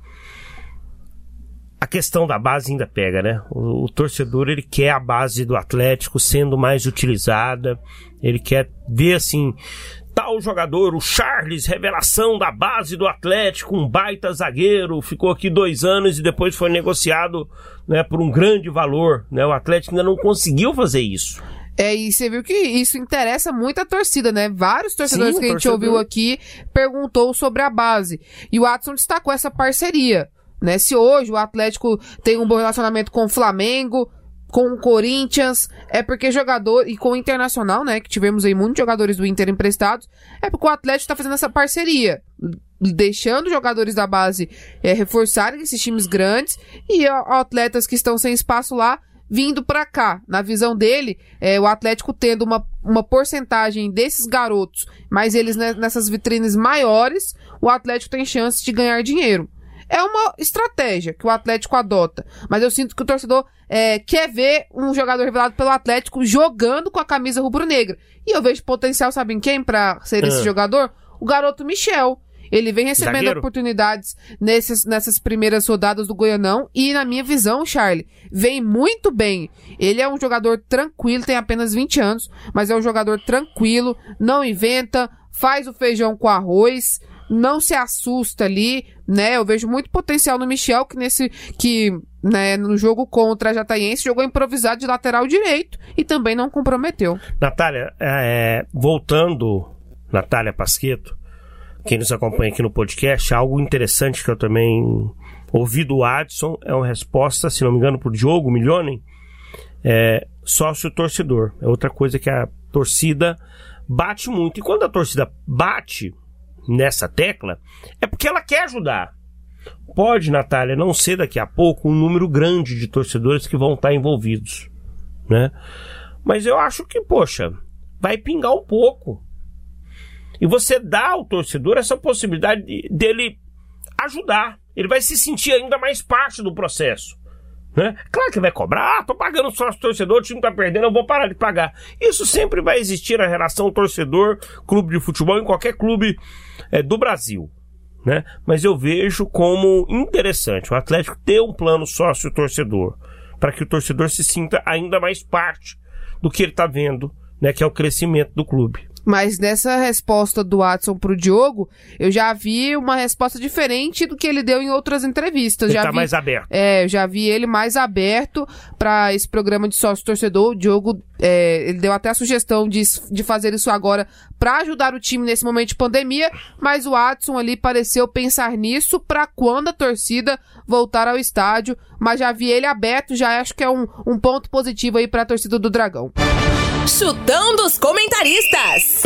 a questão da base ainda pega, né? O torcedor, ele quer a base do Atlético sendo mais utilizada, ele quer ver assim, tal jogador, o Charles, revelação da base do Atlético, um baita zagueiro, ficou aqui 2 anos e depois foi negociado, né, por um grande valor, né? O Atlético ainda não conseguiu fazer isso. E você viu que isso interessa muito a torcida, né? Vários torcedores que a gente ouviu aqui perguntou sobre a base. E o Watson destacou essa parceria, né? Se hoje o Atlético tem um bom relacionamento com o Flamengo, com o Corinthians, é porque jogador, e com o Internacional, né, que tivemos aí muitos jogadores do Inter emprestados, é porque o Atlético tá fazendo essa parceria, deixando jogadores da base reforçarem esses times grandes e atletas que estão sem espaço lá, vindo pra cá. Na visão dele, o Atlético tendo uma porcentagem desses garotos, mas eles nessas vitrines maiores, o Atlético tem chance de ganhar dinheiro. É uma estratégia que o Atlético adota, mas eu sinto que o torcedor quer ver um jogador revelado pelo Atlético jogando com a camisa rubro-negra. E eu vejo potencial, sabe em quem pra ser esse jogador? O garoto Michel. Ele vem recebendo oportunidades nessas primeiras rodadas do Goianão e, na minha visão, Charlie, vem muito bem. Ele é um jogador tranquilo, tem apenas 20 anos, mas é um jogador tranquilo, não inventa, faz o feijão com arroz, não se assusta ali, né? Eu vejo muito potencial no Michel, né, no jogo contra a Jataiense, jogou improvisado de lateral direito e também não comprometeu. Natália, voltando, Natália Pasquetto, quem nos acompanha aqui no podcast, algo interessante que eu também ouvi do Adson, é uma resposta, se não me engano, pro Diogo Milhoni, sócio-torcedor. É outra coisa que a torcida bate muito. E quando a torcida bate nessa tecla, é porque ela quer ajudar. Pode, Natália, não ser daqui a pouco um número grande de torcedores que vão estar envolvidos, né? Mas eu acho que, poxa, vai pingar um pouco. E você dá ao torcedor essa possibilidade dele ajudar. Ele vai se sentir ainda mais parte do processo, né? Claro que vai cobrar, tô pagando sócio torcedor, o time tá perdendo, eu vou parar de pagar. Isso sempre vai existir na relação torcedor-clube de futebol em qualquer clube do Brasil, né? Mas eu vejo como interessante o Atlético ter um plano sócio-torcedor, para que o torcedor se sinta ainda mais parte do que ele tá vendo, né? Que é o crescimento do clube. Mas nessa resposta do Adson pro Diogo, eu já vi uma resposta diferente do que ele deu em outras entrevistas. Ele tá mais aberto. Eu já vi ele mais aberto para esse programa de sócio-torcedor. O Diogo, ele deu até a sugestão de fazer isso agora para ajudar o time nesse momento de pandemia, mas o Adson ali pareceu pensar nisso para quando a torcida voltar ao estádio. Mas já vi ele aberto, já acho que é um ponto positivo aí para a torcida do Dragão. Chutão dos comentaristas.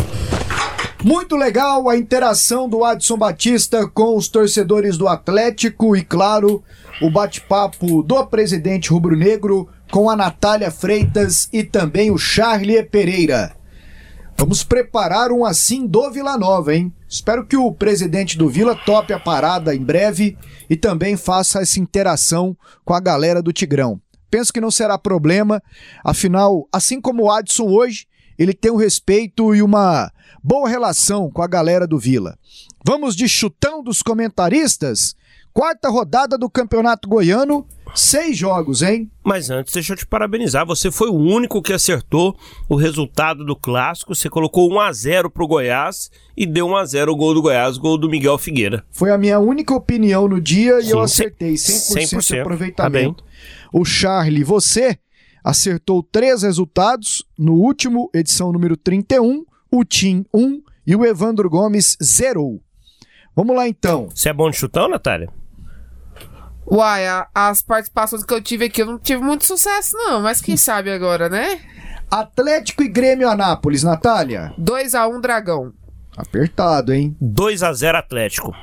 Muito legal a interação do Adson Batista com os torcedores do Atlético e, claro, o bate-papo do presidente rubro-negro com a Natália Freitas e também o Charlie Pereira. Vamos preparar um assim do Vila Nova, hein? Espero que o presidente do Vila tope a parada em breve e também faça essa interação com a galera do Tigrão. Penso que não será problema, afinal, assim como o Adson hoje, ele tem um respeito e uma boa relação com a galera do Vila. Vamos de chutão dos comentaristas? Quarta rodada do Campeonato Goiano, 6 jogos, hein? Mas antes, deixa eu te parabenizar, você foi o único que acertou o resultado do clássico, você colocou 1-0 pro Goiás e deu 1-0 o gol do Goiás, gol do Miguel Figueira. Foi a minha única opinião no dia e sim, eu acertei, 100% de aproveitamento. Tá bem. O Charlie, você acertou 3 resultados, no último, edição número 31, o Tim 1 e o Evandro Gomes 0. Vamos lá então. Você é bom de chutão, Natália? Uai, as participações que eu tive aqui eu não tive muito sucesso não, mas quem sabe agora, né? Atlético e Grêmio Anápolis, Natália. 2-1 Dragão. Apertado, hein? 2-0 Atlético.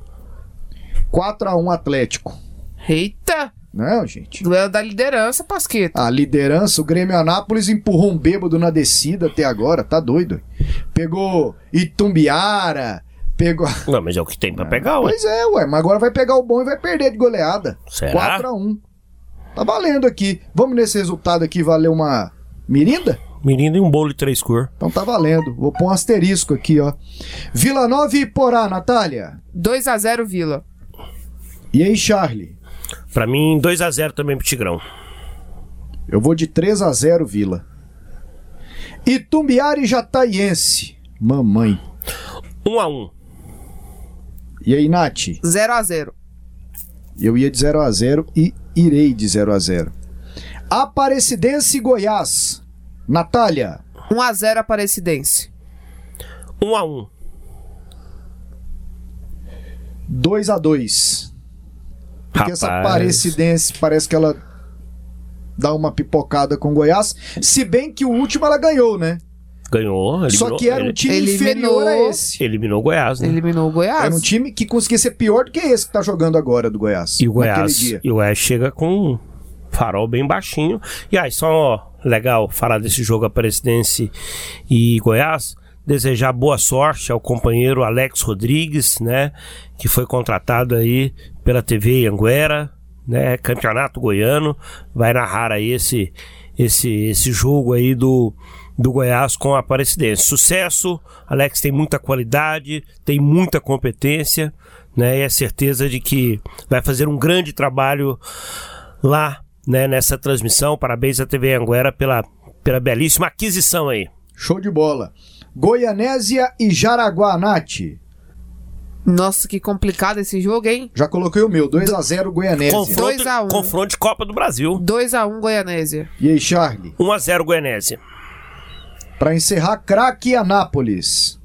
4-1 Atlético. Eita! Não, gente. Duelo da liderança, Pasqueta. A liderança, o Grêmio Anápolis empurrou um bêbado na descida até agora, tá doido. Pegou Itumbiara, pegou... Não, mas é o que tem pra pegar, ué. Pois é, ué, mas agora vai pegar o bom e vai perder de goleada. Será? 4-1. Tá valendo aqui. Vamos nesse resultado aqui valer uma mirinda? Mirinda e um bolo de 3 cor. Então tá valendo. Vou pôr um asterisco aqui, ó. Vila Nova e Porá, Natália. 2-0 Vila. E aí, Charlie? Pra mim, 2-0 também pro Tigrão. Eu vou de 3-0 Vila. Itumbiara e Jataiense. Mamãe. 1-1. E aí, Nath? 0-0. Eu ia de 0-0 e irei de 0-0. Aparecidense e Goiás. Natália? 1-0 Aparecidense. 1-1. 2-2. Porque Rapaz, essa Aparecidense parece que ela dá uma pipocada com Goiás. Se bem que o último ela ganhou, né? Ganhou. Eliminou, só que era um time inferior a esse. Eliminou o Goiás, né? Eliminou o Goiás. Era um time que conseguia ser pior do que esse que tá jogando agora do Goiás. E o Goiás chega com um farol bem baixinho. E aí, só legal falar desse jogo Aparecidense e Goiás. Desejar boa sorte ao companheiro Alex Rodrigues, né? Que foi contratado aí pela TV Anguera, né? Campeonato Goiano. Vai narrar aí esse jogo aí do Goiás com a Aparecidense. Sucesso, Alex tem muita qualidade, tem muita competência, né? E é certeza de que vai fazer um grande trabalho lá, né? Nessa transmissão. Parabéns à TV Anguera pela belíssima aquisição aí. Show de bola. Goianésia e Jaraguá, Nath. Nossa, que complicado esse jogo, hein? Já coloquei o meu, 2-0 Goianésia. 2-1. Confronto de Copa do Brasil. 2-1 Goianésia. E aí, Charlie? 1-0 Goianésia. Pra encerrar, Craque e Anápolis.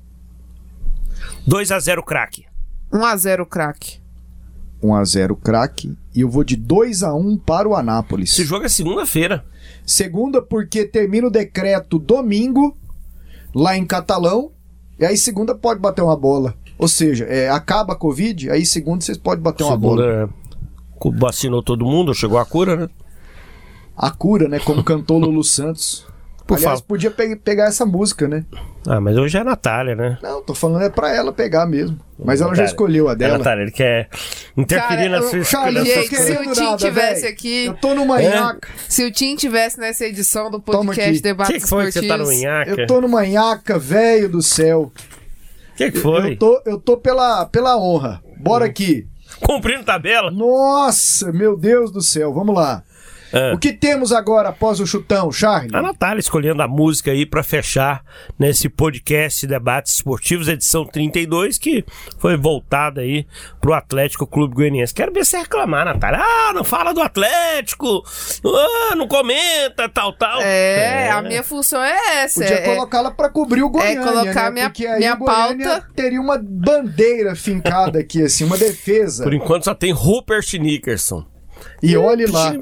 2-0 Craque. 1-0 Craque. 1-0 Craque. E eu vou de 2-1 para o Anápolis. Esse jogo é segunda-feira. Segunda porque termina o decreto domingo. lá em Catalão, e aí segunda pode bater uma bola. Ou seja, acaba a Covid, aí segunda vocês podem bater uma bola. Vacinou todo mundo, chegou a cura, né? A cura, né? Como cantou Lulu Santos. Aliás, podia pegar essa música, né? Ah, mas hoje é a Natália, né? Não, tô falando pra ela pegar mesmo. Mas ela já escolheu a dela. Natália, ele quer interferir na sua escolha. Gente, se o Tim tivesse aqui... Eu tô numa nhaca. Se o Tim tivesse nessa edição do podcast Debates Esportivos... Que foi que você tá numa nhaca? Eu tô numa nhaca, velho do céu. Que foi? Eu tô pela honra. Bora aqui. Cumprindo tabela? Nossa, meu Deus do céu. Vamos lá. O que temos agora após o chutão, Charlie? A Natália escolhendo a música aí pra fechar nesse podcast Debates Esportivos, edição 32, que foi voltada aí pro Atlético Clube Goianiense. Quero ver você reclamar, Natália. Não fala do Atlético, não comenta, tal. A minha função é essa. Podia colocá-la pra cobrir o Goiânia, colocar né? Porque aí minha o Goiânia pauta. Teria uma bandeira fincada aqui, assim, uma defesa. Por enquanto só tem Rupert Nickerson. E olhe lá.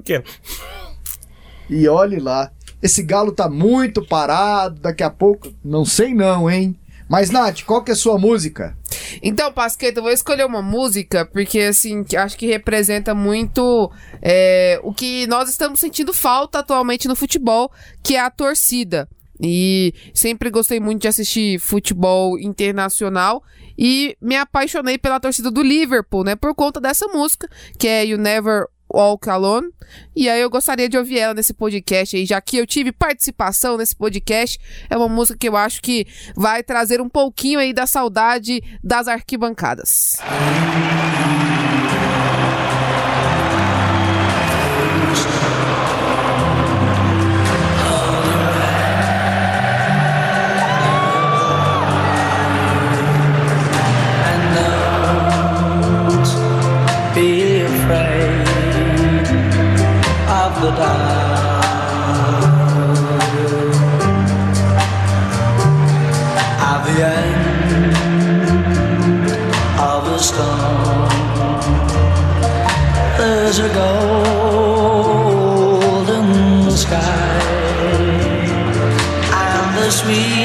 E olhe lá. Esse Galo tá muito parado. Daqui a pouco, não sei não, hein? Mas, Nath, qual que é a sua música? Então, Pasqueta, eu vou escolher uma música porque, assim, acho que representa muito o que nós estamos sentindo falta atualmente no futebol, que é a torcida. E sempre gostei muito de assistir futebol internacional e me apaixonei pela torcida do Liverpool, né? Por conta dessa música, que é You Never Walk Alone. E aí eu gostaria de ouvir ela nesse podcast aí, já que eu tive participação nesse podcast. É uma música que eu acho que vai trazer um pouquinho aí da saudade das arquibancadas. Be afraid of the dark. At the end of the storm, there's a golden sky and the sweet